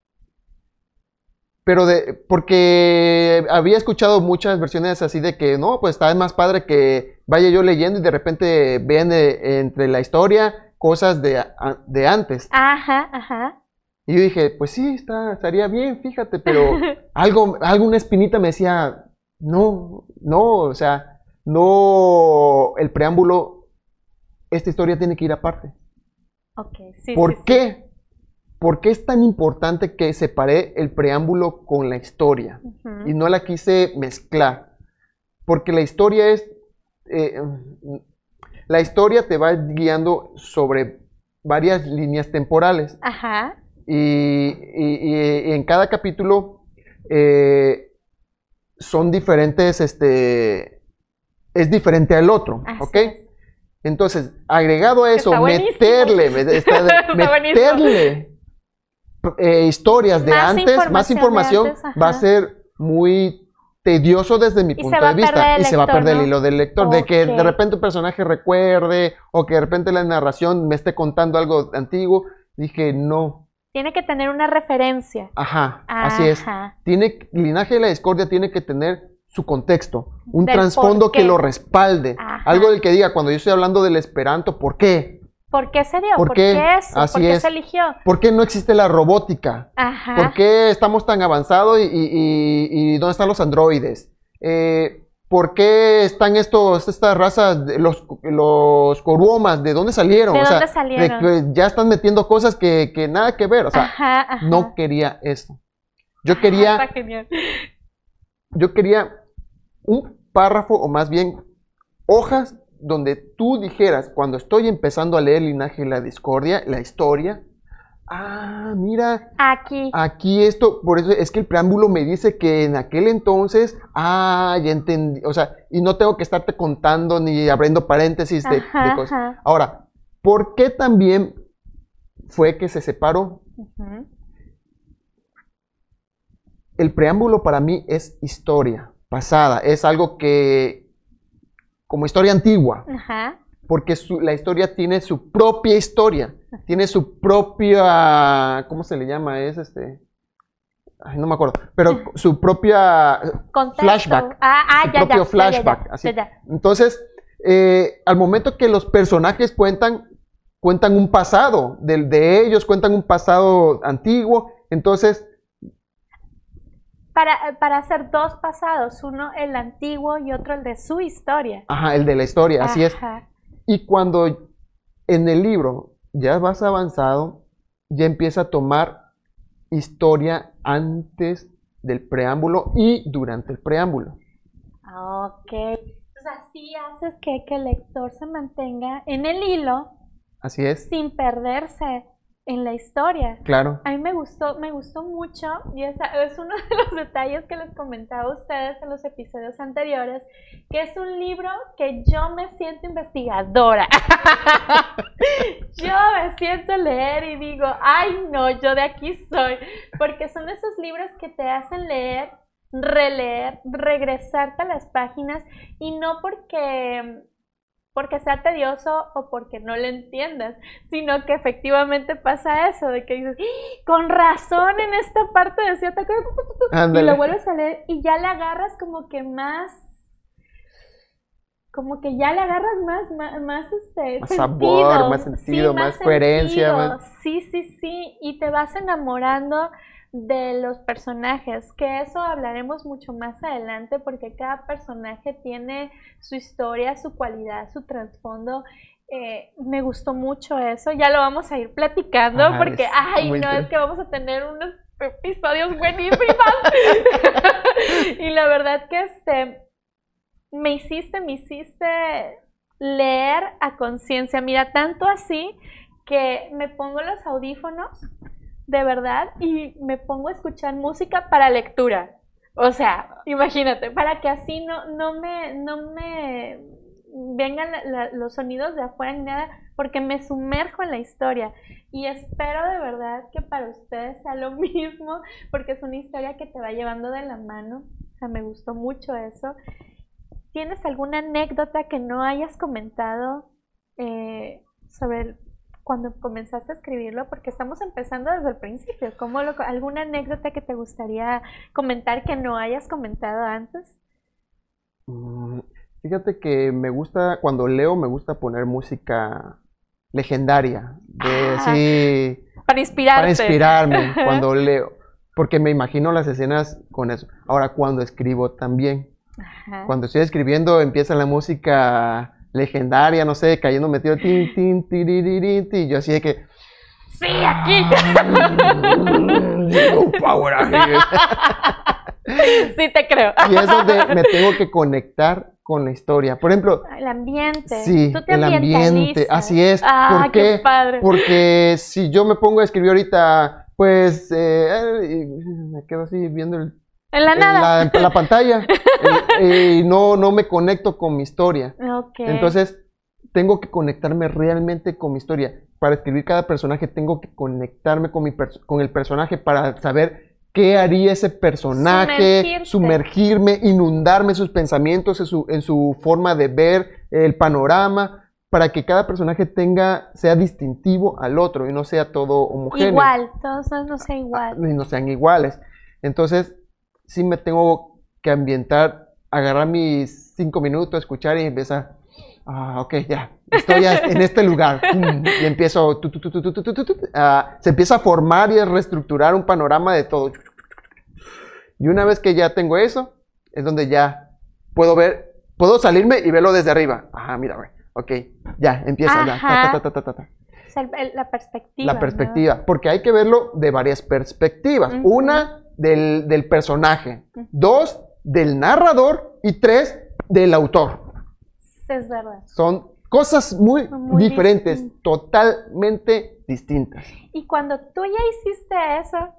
Pero de, porque había escuchado muchas versiones así de que, no, pues está más padre que vaya yo leyendo y de repente vean de, entre la historia cosas de, de antes. Ajá, ajá. Y yo dije, pues sí, está, estaría bien, fíjate, pero algo, alguna espinita me decía, no, no, o sea, no, el preámbulo, esta historia tiene que ir aparte. Ok, sí, ¿Por sí, qué? Sí. ¿Por qué es tan importante que separé el preámbulo con la historia? Uh-huh. Y no la quise mezclar. Porque la historia es... Eh, la historia te va guiando sobre varias líneas temporales. Ajá. Y, y, y en cada capítulo eh, son diferentes, este, es diferente al otro, Así ¿ok? es. Entonces, agregado a eso, Está buenísimo. meterle, está de- Está meterle eh, historias de Más antes, más información de información, antes, ajá. va a ser muy tedioso desde mi Y punto se va de a vista. perder el Y se va a lector, perder ¿no? el hilo del lector, de que de Ok. repente un personaje recuerde, o que de repente la narración me esté contando algo antiguo. Dije, no. Tiene que tener una referencia. Ajá, así es. Ajá. Tiene, Linaje de la Discordia tiene que tener su contexto, un Del trasfondo por qué. que lo respalde. Ajá. Algo del que diga, cuando yo estoy hablando del Esperanto, ¿por qué? ¿Por qué se dio? ¿Por ¿Por, qué? qué eso? Así ¿Por qué es. se eligió? ¿Por qué no existe la robótica? Ajá. ¿Por qué estamos tan avanzados y, y- y- y dónde están los androides? Eh, ¿Por qué están estos, estas razas, de- los, los coruomas, de dónde salieron? ¿De O sea, dónde salieron? de que ya están metiendo cosas que, que nada que ver. O sea, Ajá, ajá. no quería eso. Yo Está quería, genial. yo quería un párrafo, o más bien hojas, donde tú dijeras, cuando estoy empezando a leer Linaje de la Discordia, la historia, ah, mira, Aquí. aquí esto, por eso es que el preámbulo me dice que en aquel entonces, ah, ya entendí, o sea, y no tengo que estarte contando ni abriendo paréntesis de, Ajá, de cosas. ajá. Ahora, ¿por qué también fue que se separó? Ujú. El preámbulo para mí es historia pasada, es algo que, como historia antigua, Ajá. porque su- la historia tiene su propia historia, tiene su propia, ¿cómo se le llama? Es este, ay, no me acuerdo, pero su propia Contexto. flashback, Ah, ah, su ya, propio ya, ya, flashback, ya, ya, así. ya, ya. Entonces, eh, al momento que los personajes cuentan, cuentan un pasado del de ellos, cuentan un pasado antiguo, entonces, Para, para hacer dos pasados, uno el antiguo y otro el de su historia. ajá, el de la historia, así es. Ajá. Y cuando en el libro ya vas avanzado, ya empieza a tomar historia antes del preámbulo y durante el preámbulo. Ok. Entonces así haces que, que el lector se mantenga en el hilo Así es, sin perderse en la historia. claro. A mí me gustó, me gustó mucho, y esa es uno de los detalles que les comentaba a ustedes en los episodios anteriores, que es un libro que yo me siento investigadora. Yo me siento a leer y digo, ay no, yo de aquí soy, porque son esos libros que te hacen leer, releer, regresarte a las páginas, y no porque... porque sea tedioso o porque no le entiendas, sino que efectivamente pasa eso, de que dices, ¡Ah! Con razón en esta parte decía, ta, ta, ta, ta, ta", y Ándale. lo vuelves a leer y ya le agarras como que más, como que ya le agarras más, más, más, este, Más sentido, sabor, más sentido, sí, más coherencia, sentido. más- Sí, sí, sí, y te vas enamorando de los personajes, que eso hablaremos mucho más adelante, porque cada personaje tiene su historia, su cualidad, su trasfondo. Eh, me gustó mucho eso, ya lo vamos a ir platicando, Ajá, porque, es ay, muy no, es interesante. que vamos a tener unos episodios buenísimos. Y la verdad que este, me hiciste, me hiciste leer a conciencia, mira, tanto así que me pongo los audífonos, de verdad, y me pongo a escuchar música para lectura. O sea, imagínate, para que así no, no me, no me vengan la- la- los sonidos de afuera ni nada, porque me sumerjo en la historia. Y espero de verdad que para ustedes sea lo mismo, porque es una historia que te va llevando de la mano. O sea, me gustó mucho eso. ¿Tienes alguna anécdota que no hayas comentado eh, sobre el- cuando comenzaste a escribirlo? Porque estamos empezando desde el principio. ¿Cómo lo, ¿Alguna anécdota que te gustaría comentar que no hayas comentado antes? Mm, Fíjate que me gusta, cuando leo, me gusta poner música legendaria, de Ah, así, Para inspirarte. para inspirarme cuando leo, porque me imagino las escenas con eso. Ahora, cuando escribo también, Ajá. cuando estoy escribiendo empieza la música legendaria, no sé, cayendo metido, tin, tin, tiriririn, tin, y yo así de que, Sí, aquí. Go Power, así. Sí te creo. Y es donde me tengo que conectar con la historia. Por ejemplo, El ambiente. sí, Tú te el ambiente, ambientalizas. así es. Ah, ¿Por qué? qué padre. Porque si yo me pongo a escribir ahorita, pues, eh, y me quedo así viendo el, En la en nada. la, la pantalla eh, y no, no me conecto con mi historia. Ok. Entonces, tengo que conectarme realmente con mi historia. Para escribir cada personaje, tengo que conectarme con, mi perso- con el personaje para saber qué haría ese personaje, Sumergirte. sumergirme, inundarme sus pensamientos, en su, en su forma de ver el panorama, para que cada personaje tenga, sea distintivo al otro y no sea todo homogéneo. Igual, todos no sea igual. Y no sean iguales. Entonces, sí me tengo que ambientar, agarrar mis cinco minutos, escuchar y empezar. Ah, ok, ya. Estoy ya en este lugar. Pum, y empiezo. Tu, tu, tu, tu, tu, tu, tu, tu, tu, ah, se empieza a formar y a reestructurar un panorama de todo. Y una vez que ya tengo eso, es donde ya puedo ver, puedo salirme y verlo desde arriba. Ajá, mira, güey. Ok, ya, empieza. Ya, ta, ta, ta, ta, ta, ta. O sea, el- el- la perspectiva. La perspectiva, porque hay que verlo de varias perspectivas. Ujú. Una, del, del personaje. Ujú. Dos, del narrador. Y tres, del autor. ¿No? Es verdad. Son cosas muy, Muy diferentes, distintas. totalmente distintas. Y cuando tú ya hiciste eso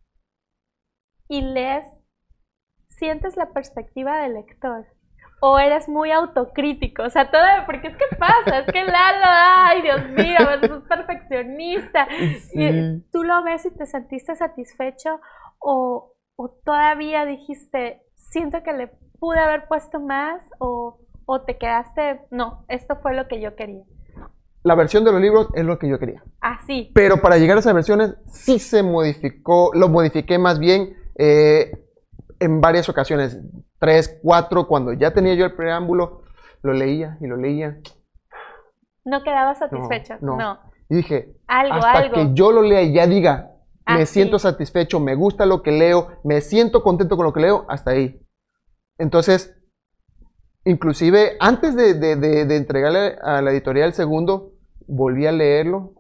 y lees, ¿sientes la perspectiva del lector? ¿O eres muy autocrítico? O sea, todo, porque es que pasa, es que Lalo, ay, Dios mío, a veces es perfeccionista. Sí. Y tú lo ves y te sentiste satisfecho o, o todavía dijiste, siento que le pude haber puesto más o, o te quedaste, no, esto fue lo que yo quería. La versión de los libros es lo que yo quería. Así. Pero para llegar a esas versiones sí se modificó, lo modifiqué más bien eh, en varias ocasiones. Tres, cuatro, cuando ya tenía yo el preámbulo, lo leía y lo leía. No quedaba satisfecho. No, No. no. Y dije, Algo, hasta algo. que yo lo lea y ya diga, me Así. siento satisfecho, me gusta lo que leo, me siento contento con lo que leo, hasta ahí. Entonces, inclusive antes de, de, de, de entregarle a la editorial el segundo, volví a leerlo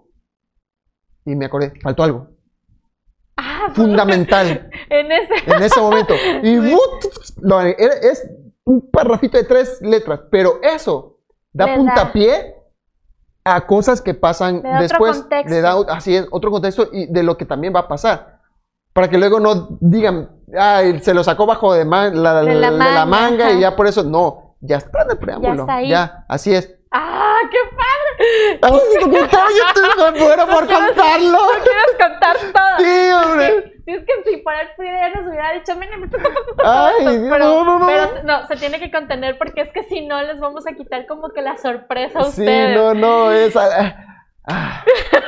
y me acordé, faltó algo Ah, fundamental en ese. en ese momento. Y ¡uh! No, era- es un parrafito de tres letras, pero eso da Le da. puntapié a cosas que pasan Le da otro después. contexto. Le da, así es, otro contexto y de lo que también va a pasar. Para que luego no digan, ay, se lo sacó bajo de, man- la, De la de manga, la manga ajá. y ya por eso no. Ya está en el preámbulo. está ahí. Ya, así es. ¡Ah, qué padre! Ay, yo te me muero por contarlo. ¿No quieres contar todo? Sí, hombre. Sí, sí, es que si por el Frida ya nos hubiera dicho, "Mira, me- Ay, pero, no, no, no. pero no, se tiene que contener porque es que si no les vamos a quitar como que la sorpresa a Sí, ustedes. no, no, es... ah, ah.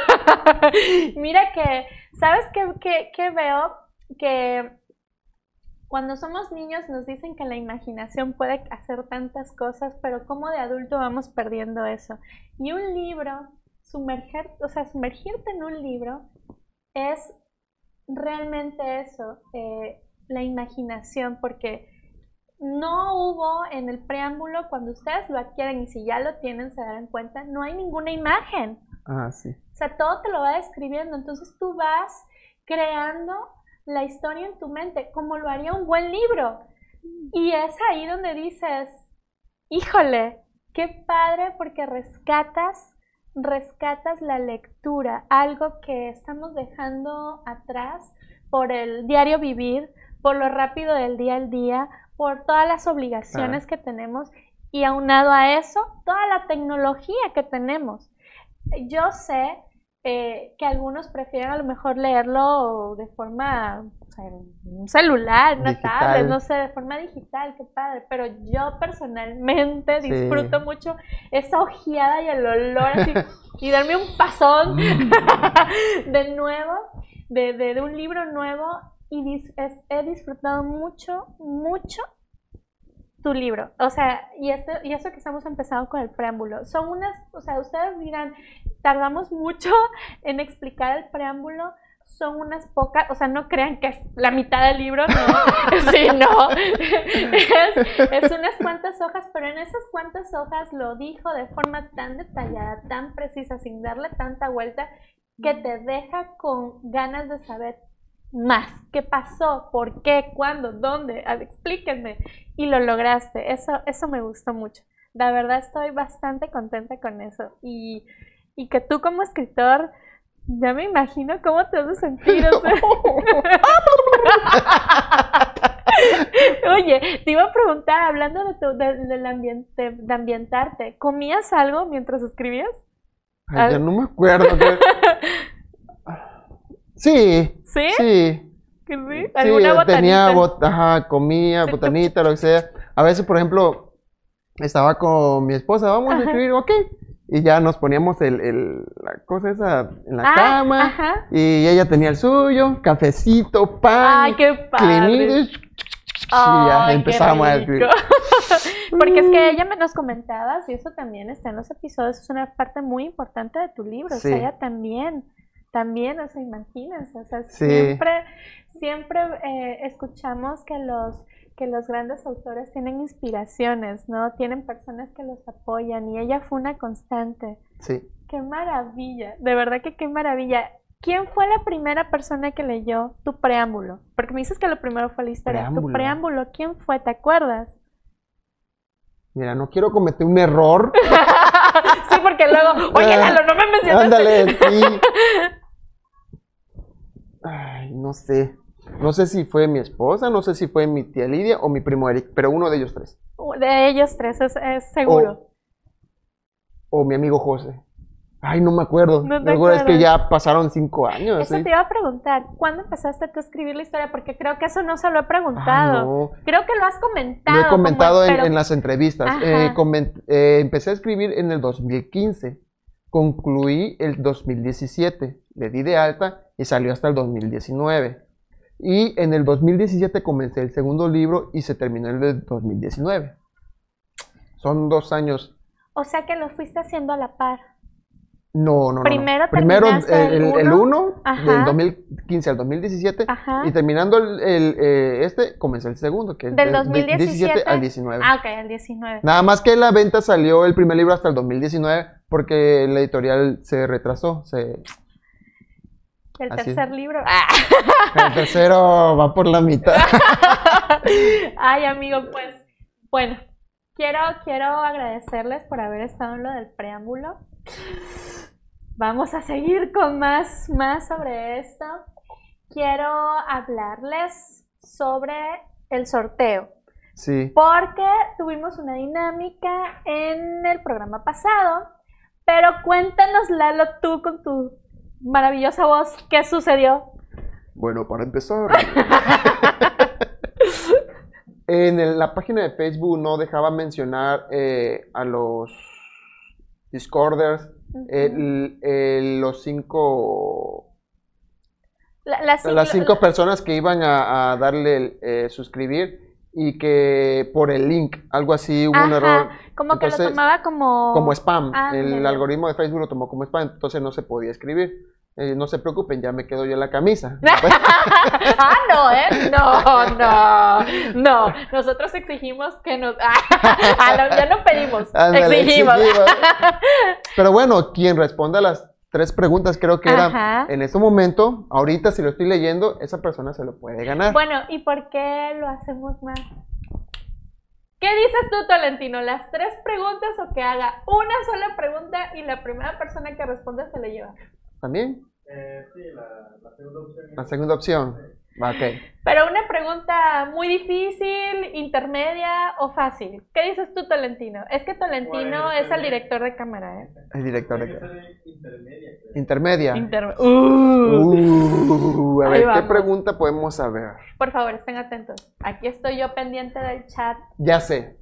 Mira que, ¿sabes qué, qué, qué veo? Que cuando somos niños nos dicen que la imaginación puede hacer tantas cosas, pero como de adulto vamos perdiendo eso. Y un libro, sumerger, o sea, sumergirte en un libro es realmente eso, eh, la imaginación, porque no hubo en el preámbulo, cuando ustedes lo adquieren y si ya lo tienen se darán cuenta, no hay ninguna imagen. Ah, sí. O sea, todo te lo va describiendo, entonces tú vas creando la historia en tu mente, como lo haría un buen libro. Y es ahí donde dices, híjole, qué padre porque rescatas, rescatas la lectura, algo que estamos dejando atrás por el diario vivir, por lo rápido del día al día, por todas las obligaciones que tenemos y aunado a eso, toda la tecnología que tenemos. Yo sé eh, que algunos prefieren a lo mejor leerlo de forma, o sea, en un celular, una Digital. tablet, no sé, de forma digital, qué padre, pero yo personalmente Sí. disfruto mucho esa ojeada y el olor así, y darme un pasón de nuevo, de, de, de un libro nuevo, y dis, es, he disfrutado mucho, mucho tu libro, o sea, y, este, y eso que estamos empezando con el preámbulo, son unas, o sea, ustedes dirán, tardamos mucho en explicar el preámbulo, son unas pocas, o sea, no crean que es la mitad del libro, no, sí, no, es, es unas cuantas hojas, pero en esas cuantas hojas lo dijo de forma tan detallada, tan precisa, sin darle tanta vuelta, que te deja con ganas de saber más. ¿Qué pasó? ¿Por qué? ¿Cuándo? ¿Dónde? A ver, explíquenme. Y lo lograste. Eso, eso me gustó mucho. La verdad estoy bastante contenta con eso. Y, y que tú como escritor, ya me imagino cómo te hace sentir. O sea. Oye, te iba a preguntar, hablando de, tu, de, del ambiente, de ambientarte, ¿comías algo mientras escribías? Ay, ya no me acuerdo. Que... Sí. ¿Sí? Sí. ¿Que sí? Sí, ¿Alguna botanita? tenía bot ajá, comía, Sí. botanita, lo que sea. A veces, por ejemplo, estaba con mi esposa, vamos Ajá. a escribir, ok. Y ya nos poníamos el, el, la cosa esa en la Ah, cama. ajá. Y ella tenía el suyo, cafecito, pan. Ay, qué padre. clean, y ya Ay, qué empezamos a escribir. rico. Porque es que ella me nos comentabas, y eso también está en los episodios, es una parte muy importante de tu libro. Sí. O sea, ella también, también, o sea, imagínense, o sea, Sí. siempre, siempre eh, escuchamos que los, que los grandes autores tienen inspiraciones, ¿no? Tienen personas que los apoyan, y ella fue una constante. Sí. ¡Qué maravilla! De verdad que qué maravilla. ¿Quién fue la primera persona que leyó tu preámbulo? Porque me dices que lo primero fue la historia. Preámbulo. ¿Tu preámbulo quién fue? ¿Te acuerdas? Mira, no quiero cometer un error. Sí, porque luego, oye, Lalo, no me mencionaste. Ándale, sí. Ay, no sé. No sé si fue mi esposa, no sé si fue mi tía Lidia o mi primo Eric, pero uno de ellos tres. De ellos tres, es, es seguro. O, o mi amigo José. Ay, no me acuerdo. No te Seguro es que acuerdas. ya pasaron cinco años. Eso ¿sí? te iba a preguntar, ¿cuándo empezaste tú a escribir la historia? Porque creo que eso no se lo he Ah, preguntado. no. Creo que lo has comentado. Lo he comentado como- en, pero- en las entrevistas. Ajá. Eh, coment- eh, empecé a escribir en el dos mil quince. Concluí el dos mil diecisiete. Le di de alta y salió hasta el dos mil diecinueve. Y en el dos mil diecisiete comencé el segundo libro y se terminó en el dos mil diecinueve. Son dos años. O sea que lo fuiste haciendo a la par. No, no, no. Primero no. Primero terminaste el, el el, el uno. uno, Ajá. del dos mil quince al dos mil diecisiete. Ajá. Y terminando el, el, eh, este, comencé el segundo, que es Del del dos mil diecisiete al diecinueve. Ah, ok, al diecinueve. Nada más que la venta salió el primer libro hasta el dos mil diecinueve porque la editorial se retrasó. Se... El Así. tercer libro. Ah. El tercero va por la mitad. Ay, amigo, pues, bueno, quiero, quiero agradecerles por haber estado en lo del preámbulo. Vamos a seguir con más, más sobre esto. Quiero hablarles sobre el sorteo, Sí. porque tuvimos una dinámica en el programa pasado, pero cuéntanos, Lalo, tú con tu maravillosa voz, ¿qué sucedió? Bueno, para empezar. En el- la página de Facebook no dejaba mencionar eh, a los Discorders, el- el- los cinco, La- las las cinco- cinco personas que iban a, a darle el, eh, suscribir y que por el link, algo así, hubo un Ajá, error. como que Entonces, lo tomaba como... como spam. Ah, El ándale. algoritmo de Facebook lo tomó como spam, entonces no se podía escribir. Eh, no se preocupen, ya me quedo yo en la camisa. Ah, no, ¿eh? No, no, no. Nosotros exigimos que nos... Ah, no, ya no pedimos, Ándale, exigimos. exigimos. Pero bueno, quien responda a las tres preguntas creo que era Ajá. en este momento, ahorita si lo estoy leyendo, esa persona se lo puede ganar. Bueno, ¿y por qué lo hacemos más? ¿Qué dices tú, Tolentino? ¿Las tres preguntas o que haga una sola pregunta y la primera persona que responda se lo lleva? ¿También? Eh, sí, la, la segunda opción. La segunda opción. Va, ok. Pero una pregunta muy difícil, intermedia o fácil. ¿Qué dices tú, Tolentino? Es que Tolentino Pues, es el director de cámara, ¿eh? El director Tiene de que ser intermedia, creo. intermedia. Interme- Uh. Uh, a Ahí ver, ¿qué vamos. pregunta podemos saber? Por favor, estén atentos. Aquí estoy yo pendiente del chat. Ya sé.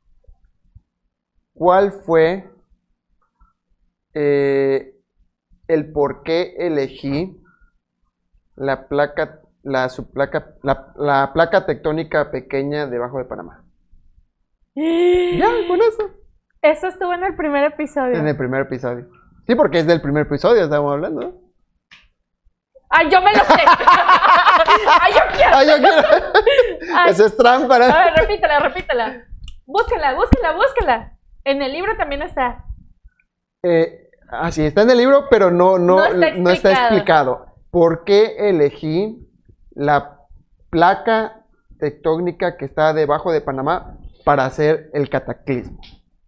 ¿Cuál fue eh, el por qué elegí la placa, la subplaca, la, la placa tectónica pequeña debajo de Panamá? Ya, con eso. Eso estuvo en el primer episodio. En el primer episodio. Sí, porque es del primer episodio, estamos hablando, ¿no? ¡Ay, yo me lo sé! ¡Ay, yo quiero! ¡Ay, yo quiero! Ay. Eso es trampa, A ¿no? ver, repítela, repítela. Búsquela, búsquela, búsquela. En el libro también está. Eh, así está en el libro, pero no, no, No está no está explicado. explicado. ¿Por qué elegí la placa tectónica que está debajo de Panamá para hacer el cataclismo.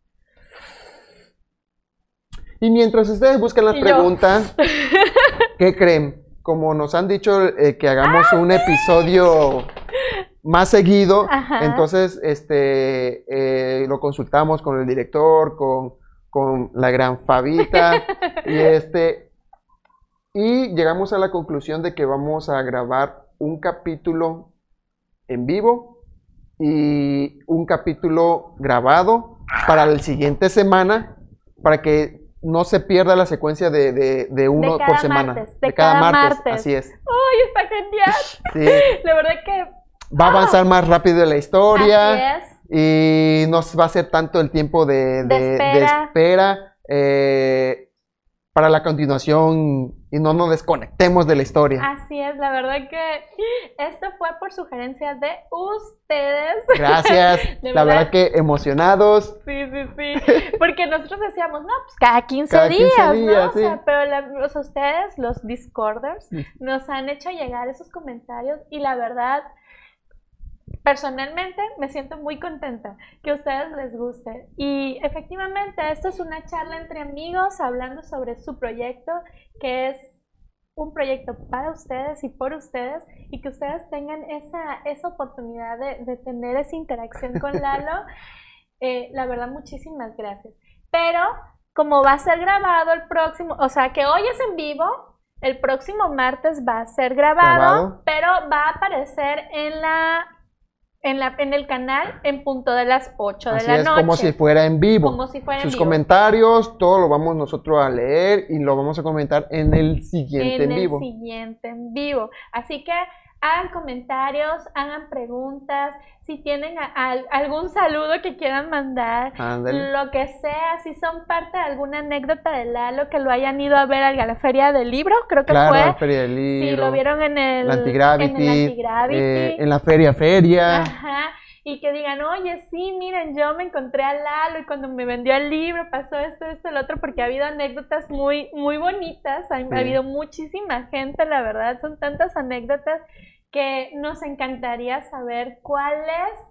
Y mientras ustedes buscan las Y yo. preguntas, ¿qué creen? Como nos han dicho eh, que hagamos ¡Ah, un sí! episodio más seguido, Ajá. entonces este eh, lo consultamos con el director, con, con la gran Fabita, y este y llegamos a la conclusión de que vamos a grabar un capítulo en vivo y un capítulo grabado para la siguiente semana, para que no se pierda la secuencia de, de, de uno De cada por semana. martes, de cada martes. Así es. ¡Ay, está genial! Sí. La verdad que Va a avanzar más rápido la historia así es. y no va a ser tanto el tiempo de, de- De de espera. espera, eh, para la continuación y no nos desconectemos de la historia. Así es, la verdad que esto fue por sugerencia de ustedes. Gracias, De la verdad. verdad que emocionados. Sí, sí, sí. Porque nosotros decíamos, no, pues cada quince Cada quince días, ¿no? días, O sea, sí. pero la- o sea, ustedes, los Discorders, Sí. nos han hecho llegar esos comentarios y la verdad, personalmente me siento muy contenta que a ustedes les guste. Y efectivamente, esto es una charla entre amigos hablando sobre su proyecto, que es un proyecto para ustedes y por ustedes, y que ustedes tengan esa, esa oportunidad de, de tener esa interacción con Lalo. Eh, la verdad, muchísimas gracias. Pero como va a ser grabado el próximo, o sea, que hoy es en vivo, el próximo martes va a ser grabado, Grabado. pero va a aparecer en la, en la, en el canal en punto de las ocho de Así la es, noche. como si fuera en vivo. Como si fuera en Sus vivo. comentarios, todo lo vamos nosotros a leer y lo vamos a comentar en el siguiente en en el vivo. siguiente en vivo. Así que hagan comentarios, hagan preguntas, si tienen a- a- algún saludo que quieran mandar, Ándale. lo que sea, si son parte de alguna anécdota de Lalo, que lo hayan ido a ver a la feria del libro, creo que Claro, fue. la Feria del Si Libro, lo vieron en el, la Antigravity, en el Antigravity. eh, en la Feria Feria. Ajá, y que digan, oye, sí, miren, yo me encontré a Lalo y cuando me vendió el libro pasó esto, esto, el otro, porque ha habido anécdotas muy, muy bonitas, ha, Sí. ha habido muchísima gente, la verdad, son tantas anécdotas que nos encantaría saber cuál es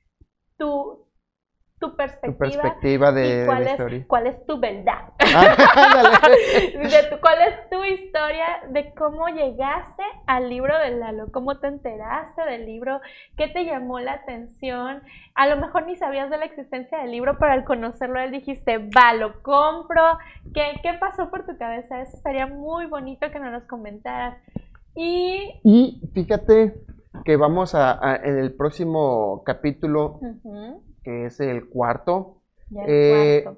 tu, tu Tu perspectiva, perspectiva de, y de cuál la es, historia. cuál es tu verdad. Ah, ándale. De tu- ¿Cuál es tu historia de cómo llegaste al libro de Lalo? ¿Cómo te enteraste del libro? ¿Qué te llamó la atención? A lo mejor ni sabías de la existencia del libro, pero al conocerlo él dijiste, va, lo compro. ¿Qué, qué pasó por tu cabeza? Eso estaría muy bonito que nos los comentaras. Y... Y fíjate que vamos a, a- en el próximo capítulo, ujú, que es el cuarto, ya el Eh, cuarto.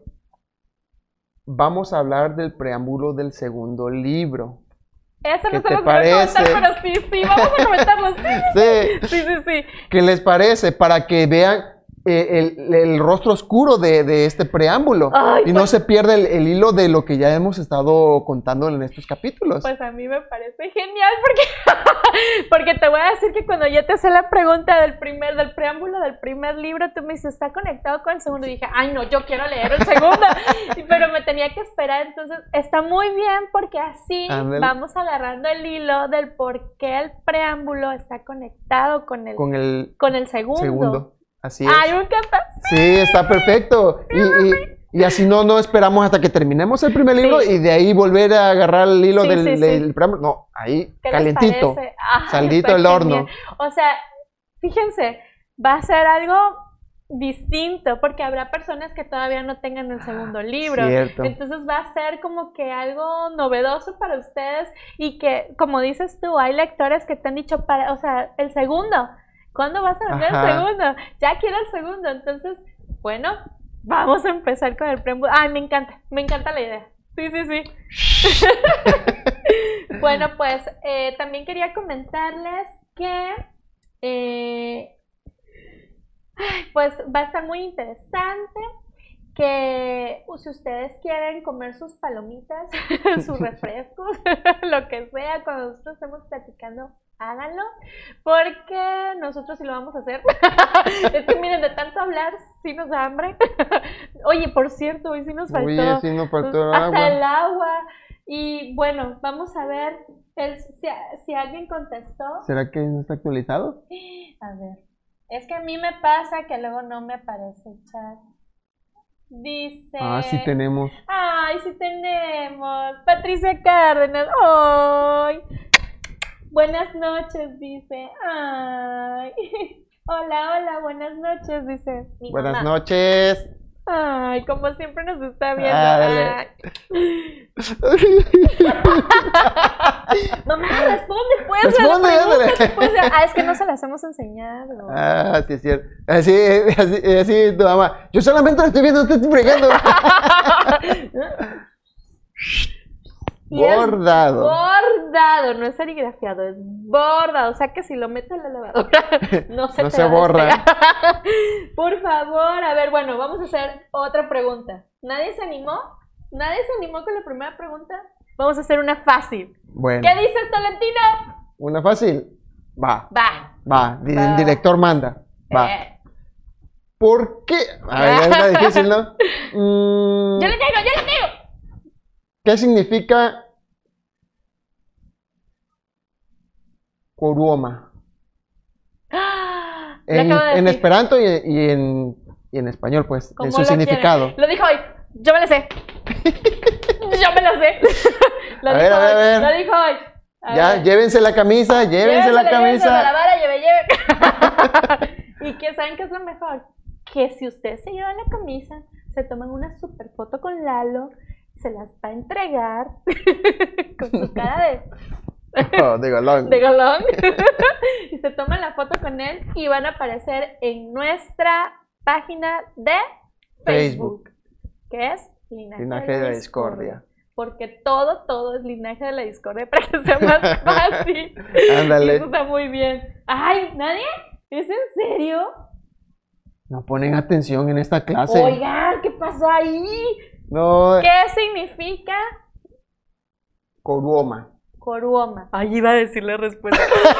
vamos a hablar del preámbulo del segundo libro. Eso ¿qué no se te los voy a comentar, parece? pero sí, sí, vamos a comentarlo. Sí, Sí, sí, sí, sí. ¿qué les parece? Para que vean eh, el, el rostro oscuro de, de este preámbulo Ay, y no pues- se pierda el, el hilo de lo que ya hemos estado contando en estos capítulos. Pues a mí me parece genial porque, porque te voy a decir que cuando yo te hice la pregunta del primer, del preámbulo del primer libro, tú me dices, ¿está conectado con el segundo? Y dije, ay no, yo quiero leer el segundo, Y- pero me tenía que esperar, entonces está muy bien porque así Ándale. vamos agarrando el hilo del por qué el preámbulo está conectado con el, Con el con el segundo. segundo. Así es. Ay, me encanta. Sí, está perfecto. Y, y- y así no, no esperamos hasta que terminemos el primer libro Sí. y de ahí volver a agarrar el hilo Sí, del, sí, sí. del preámbulo. No, ahí ¿Qué les calientito, parece? Ay, saldito está del horno. genial. O sea, fíjense, va a ser algo distinto porque habrá personas que todavía no tengan el segundo libro. Cierto. Entonces va a ser como que algo novedoso para ustedes y que, como dices tú, hay lectores que te han dicho, para, o sea, el segundo, ¿cuándo vas a vender el Ajá. segundo? Ya quiero el segundo. Entonces, bueno, vamos a empezar con el preámbulo. Ay, me encanta, me encanta la idea. Sí, sí, sí. Bueno, pues eh, también quería comentarles que eh, ay, pues va a estar muy interesante que uh, si ustedes quieren comer sus palomitas, sus refrescos, lo que sea, cuando nosotros estemos platicando, háganlo, porque nosotros sí lo vamos a hacer. Es que miren, de tanto hablar, sí nos da hambre. Oye, por cierto, hoy sí nos faltó. Oye, sí nos faltó Hasta agua. el agua. Y bueno, vamos a ver el, si, si alguien contestó. ¿Será que no está actualizado? A ver, es que a mí me pasa que luego no me aparece el chat. Dice... Ah, sí tenemos. Ay, sí tenemos. Patricia Cárdenas. Ay. Buenas noches, dice. Ay. Hola, hola, buenas noches, dice mi Buenas mamá. noches. Ay, como siempre nos está viendo. Ah, dale. Ay. Mamá, responde, pues. Responde, a la pregunta, ándale. pues. Ah, es que no se las hemos enseñado. Ah, sí es cierto. Así, así, así tu mamá. Yo solamente lo estoy viendo, no te estoy fregando. Y es Bordado. Bordado, no es serigrafiado, es bordado. O sea que si lo metes en la lavadora, no se No te se va a borra. despegar. Por favor, a ver, bueno, vamos a hacer otra pregunta. ¿Nadie se animó? ¿Nadie se animó con la primera pregunta? Vamos a hacer una fácil. Bueno, ¿Qué dices, Tolentino? una fácil. Va, Va. va. di- Va. El director manda. Va. Eh, ¿Por qué? A ver, ya está difícil, ¿no? Mm, yo le digo, yo le digo. ¿Qué significa Coruoma? Ah, le En, acabo de en decir. esperanto y, y en, y en español, pues, ¿Cómo en su lo significado. quiere? Lo dijo hoy. Yo me la sé. Yo me la sé. Lo A dijo ver, a ver, hoy. a ver. Lo dijo hoy. A Ya, ver. llévense la camisa, llévense la Llévensela, llévensela, la camisa. vara, lleve, lleve. Y que saben qué es lo mejor, que si ustedes se llevan la camisa, se toman una super foto con Lalo, se las va a entregar con su cara de, Oh, digo, lo- de golón y se toman la foto con él y van a aparecer en nuestra página de Facebook, Facebook. que es Linaje, Linaje de la Discordia. porque todo, todo es linaje de la discordia para que sea más fácil. Ándale. Y eso está muy bien. Ay, ¿nadie? ¿Es en serio? No ponen atención en esta clase. Oigan, ¿qué pasó ahí? No, ¿Qué significa Coruoma. Coruoma? Ay, iba a decir la respuesta.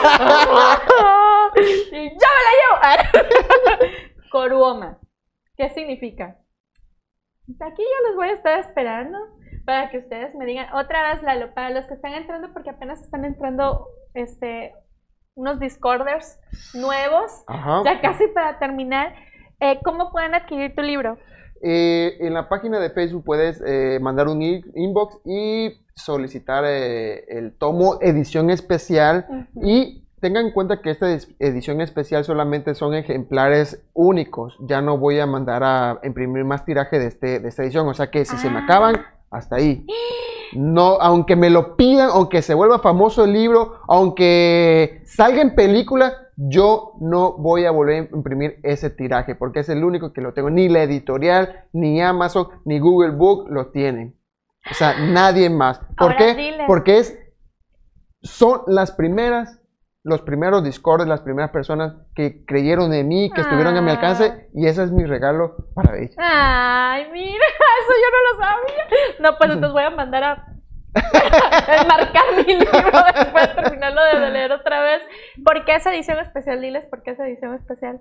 Y ¡ya me la llevo! Coruoma. ¿Qué significa? Aquí yo los voy a estar esperando para que ustedes me digan otra vez, Lalo, para los que están entrando, porque apenas están entrando este, unos Discorders nuevos, Ajá. ya casi para terminar, eh, ¿cómo pueden adquirir tu libro? Eh, en la página de Facebook puedes eh, mandar un in- inbox y solicitar eh, el tomo edición especial. Ujú. Y tengan en cuenta que esta es- edición especial solamente son ejemplares únicos. Ya no voy a mandar a imprimir más tiraje de, este, de esta edición. O sea que si se me Ah. acaban, hasta ahí. No, aunque me lo pidan, aunque se vuelva famoso el libro, aunque salga en película, yo no voy a volver a imprimir ese tiraje, porque es el único que lo tengo. Ni la editorial, ni Amazon, ni Google Book lo tienen. O sea, nadie más. ¿Por Ahora qué? dile. Porque es, son las primeras, los primeros Discord, las primeras personas que creyeron en mí, que estuvieron a mi Ah. alcance, y ese es mi regalo para ellos. Ay, mira, eso yo no lo sabía. No, pues entonces voy a mandar a enmarcar mi libro después de terminarlo de leer otra vez. ¿Por qué esa edición especial? Diles, ¿por qué esa edición especial?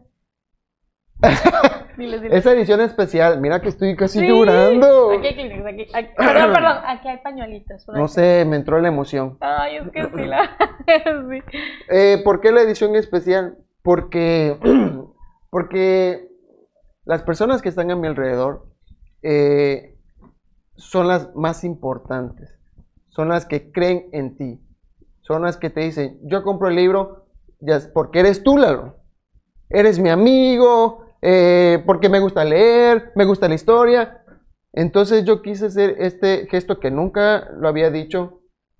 Diles, diles. Esa edición especial, mira que estoy casi Sí. llorando. Aquí hay Kleenex, aquí, aquí- perdón, perdón, aquí hay pañuelitos. por No ahí. sé, me entró la emoción. Ay, es que sí, la... sí. Eh, ¿por qué la edición especial? Porque, porque las personas que están a mi alrededor eh, son las más importantes, son las que creen en ti, son las que te dicen, yo compro el libro ya es porque eres tú, Lalo, eres mi amigo, eh, porque me gusta leer, me gusta la historia. Entonces yo quise hacer este gesto que nunca lo había dicho.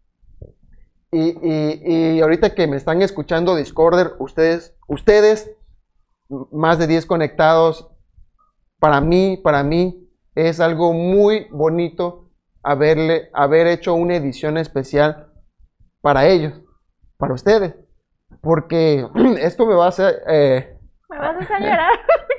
Y, y, y ahorita que me están escuchando Discorder, ustedes, ustedes, más de diez conectados, para mí, para mí, es algo muy bonito haberle, haber hecho una edición especial para ellos, para ustedes. Porque esto me va a hacer, eh, Me vas a hacer llorar.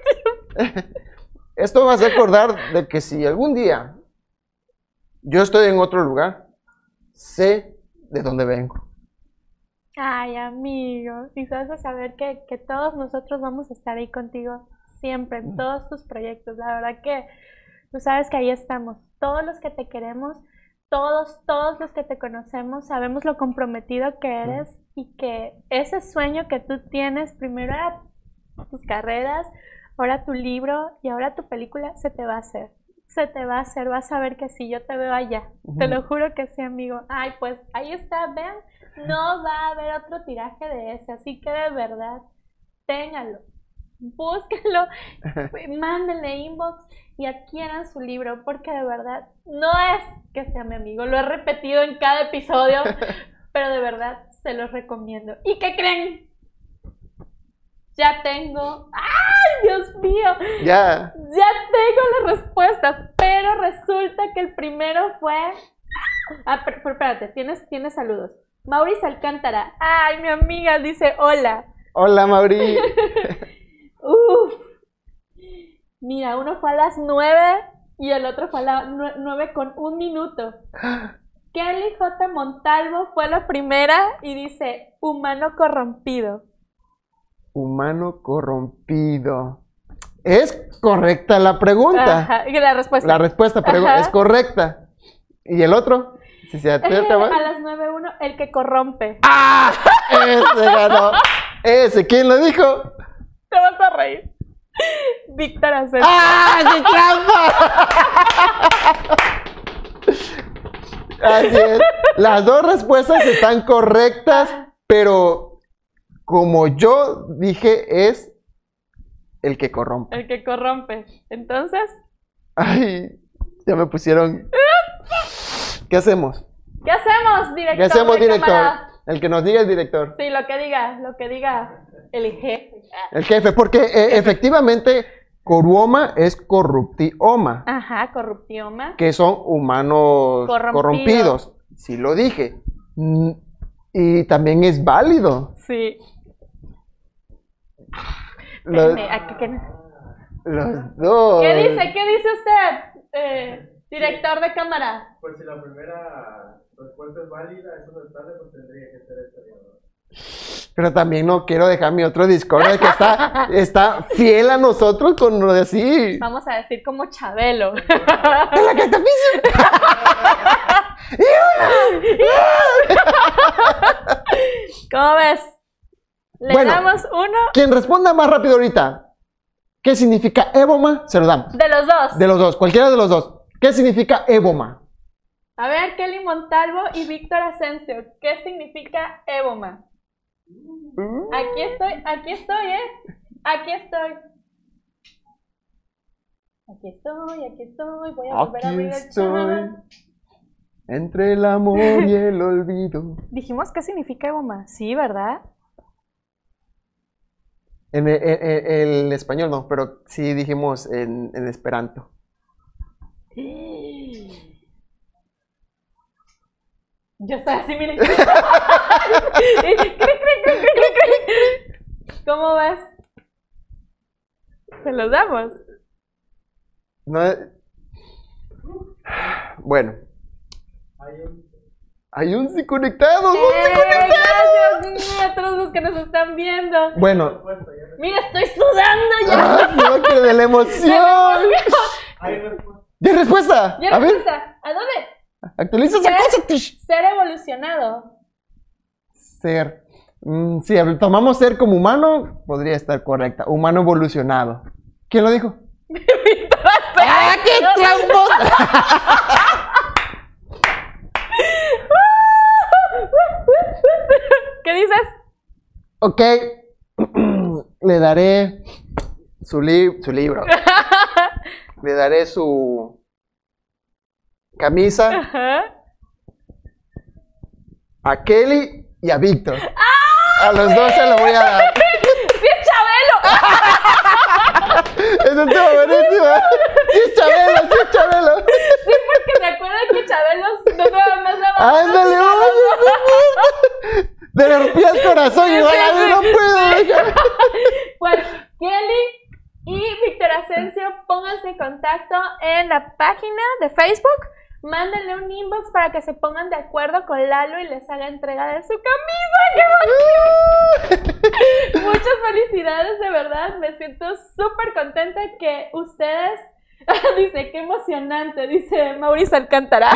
esto me va a hacer acordar de que si algún día yo estoy en otro lugar, sé de dónde vengo. Ay, amigo, y vas a saber que, que todos nosotros vamos a estar ahí contigo siempre, en todos tus proyectos. La verdad que tú sabes que ahí estamos, todos los que te queremos, todos, todos los que te conocemos sabemos lo comprometido que eres y que ese sueño que tú tienes, primero era tus carreras, ahora tu libro y ahora tu película, se te va a hacer. Se te va a hacer, vas a ver que sí, yo te veo allá. Uh-huh. Te lo juro que sí, amigo. Ay, pues ahí está, vean, no va a haber otro tiraje de ese, así que de verdad, téngalo, búsquenlo, mándenle inbox y adquieran su libro, porque de verdad, no es que sea mi amigo, lo he repetido en cada episodio, pero de verdad se los recomiendo. ¿Y qué creen? Ya tengo, ¡ay, Dios mío! Ya. Ya tengo las respuestas, pero resulta que el primero fue... Ah, pero, pero espérate, tienes, tienes saludos. Mauricio Alcántara, ¡ay, mi amiga! Dice, hola. Hola, Mauri. Uf. Mira, uno fue a las nueve y el otro fue a las nueve con un minuto. Kelly J. Montalvo fue la primera y dice, humano corrompido. Humano corrompido. Es correcta la pregunta. Ajá, y la respuesta. La respuesta pero es correcta. ¿Y el otro? Si se atreve, a las nueve uno, el que corrompe. ¡Ah! Ese ganó. Ese, ¿quién lo dijo? Te vas a reír. Víctor Asensio. ¡Ah! ¡Qué trampa! Así es. Las dos respuestas están correctas, pero como yo dije, es el que corrompe. El que corrompe. Entonces. Ay, ya me pusieron. ¿Qué hacemos? ¿Qué hacemos, director? ¿Qué hacemos, director? Cámara? El que nos diga el director. Sí, lo que diga, lo que diga el jefe. El jefe, porque eh, efectivamente coruoma es corruptioma. Ajá, corruptioma. Que son humanos Corrompido. corrompidos. Sí lo dije. Y también es válido. Sí. Los, Espérame, ¿qué? los dos. ¿Qué dice? ¿Qué dice usted, eh, director de cámara? Pues si la primera respuesta es válida, eso no está, pues tendría que ser el peleador. Pero también no quiero dejar mi otro Discord que está, está fiel a nosotros con lo de así. Vamos a decir como Chabelo. ¡En la que te piso! ¿Cómo ves? Le bueno, damos uno. Quien responda más rápido ahorita, ¿qué significa éboma? Se lo damos. De los dos. De los dos, cualquiera de los dos. ¿Qué significa éboma? A ver, Kelly Montalvo y Víctor Asensio, ¿qué significa éboma? Aquí estoy, aquí estoy, ¿eh? Aquí estoy. Aquí estoy, aquí estoy. Voy a volver aquí a abrir el estoy, chat. entre el amor y el olvido. Dijimos qué significa éboma, sí, ¿verdad? En el, en el español no, pero sí dijimos en, en esperanto. Yo estoy así, miren. ¿Cómo ves? ¿Se los damos? No, bueno. Hay un... Hay un sí conectado. ¡Un sí ¡Eh, conectado! gracias! A todos los que nos están viendo. Bueno. Mira, estoy sudando ya. ¡Ah, no, que de la emoción! Hay respuesta. ¿Ya hay respuesta? ¿Ya A ver, respuesta? ¿A dónde? actualiza esa ¿Ser? cosa, Tish. Ser evolucionado. Ser. Mm, si tomamos ser como humano, podría estar correcta. Humano evolucionado. ¿Quién lo dijo? ¡Ah, qué tramposo! ¿Qué dices? Ok. Le daré su, li su libro. Le daré su camisa Ajá. a Kelly y a Víctor. A los dos se lo voy a dar. ¡Sí es Chabelo! Eso estuvo buenísimo. Sí es Chabelo, sí es Chabelo. Sí, porque me acuerdo que Chabelo no nada más daba. Ándale, oye. Me rompí el corazón y igual a mí no puedo. Pues Kelly y Víctor Asensio, pónganse en contacto en la página de Facebook. Mándenle un inbox para que se pongan de acuerdo con Lalo y les haga entrega de su camisa. ¡Qué emoción! Muchas felicidades, de verdad. Me siento súper contenta que ustedes Dice, qué emocionante, dice Mauricio Alcántara.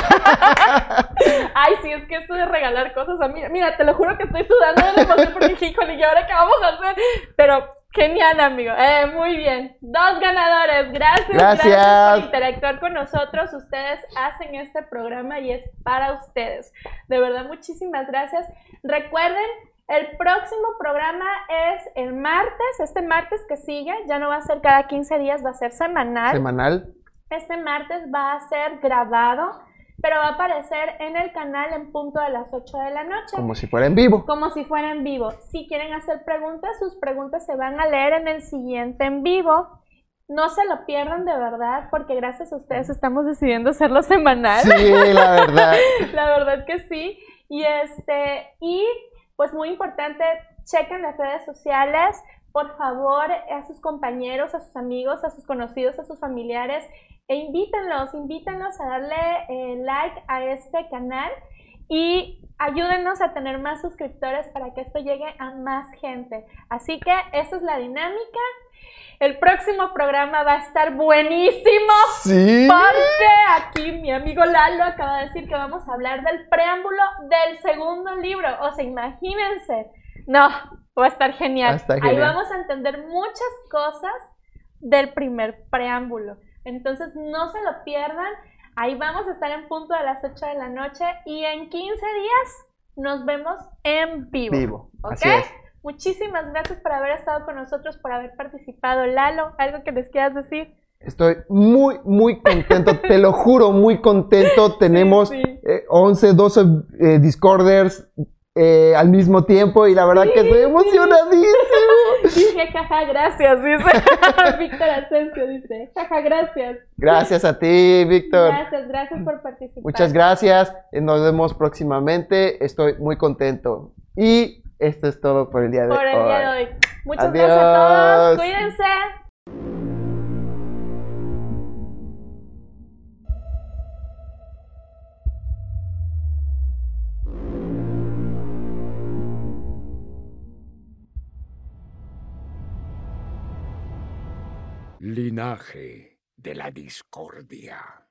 Ay, sí, es que esto de regalar cosas a mí, mira, te lo juro que estoy sudando de la emoción porque dije, híjole, ¿y ahora qué vamos a hacer? Pero genial, amigo, eh, muy bien. Dos ganadores, gracias, Gracias. gracias por interactuar con nosotros. Ustedes hacen este programa y es para ustedes. De verdad, muchísimas gracias. Recuerden, el próximo programa es el martes, este martes que sigue, ya no va a ser cada quince días, va a ser semanal. Semanal. Este martes va a ser grabado, pero va a aparecer en el canal en punto de las ocho de la noche. Como si fuera en vivo. Como si fuera en vivo. Si quieren hacer preguntas, sus preguntas se van a leer en el siguiente en vivo. No se lo pierdan de verdad, porque gracias a ustedes estamos decidiendo hacerlo semanal. Sí, la verdad. La verdad que sí. Y este, y pues muy importante, chequen las redes sociales, por favor, a sus compañeros, a sus amigos, a sus conocidos, a sus familiares, e invítenlos, invítenlos a darle eh, like a este canal y ayúdenos a tener más suscriptores para que esto llegue a más gente. Así que esta es la dinámica. El próximo programa va a estar buenísimo. Sí. Porque aquí mi amigo Lalo acaba de decir que vamos a hablar del preámbulo del segundo libro. O sea, imagínense. No, va a estar genial. Va a estar Ahí genial. vamos a entender muchas cosas del primer preámbulo. Entonces no se lo pierdan. Ahí vamos a estar en punto de las ocho de la noche y en quince días nos vemos en vivo. Vivo, ¿Ok? así es. Muchísimas gracias por haber estado con nosotros, por haber participado. Lalo, ¿algo que les quieras decir? Estoy muy, muy contento, te lo juro, muy contento. Tenemos sí. eh, once, doce eh, Discorders eh, al mismo tiempo y la verdad Sí, que estoy sí. emocionadísimo. Dije, jaja, gracias, dice. Víctor Asensio dice, jaja, gracias. Gracias a ti, Víctor. Gracias, gracias por participar. Muchas gracias. eh, Nos vemos próximamente. Estoy muy contento. Y esto es todo por el día de Por hoy. el día de hoy. Muchas Adiós. gracias a todos. Cuídense. Linaje de la discordia.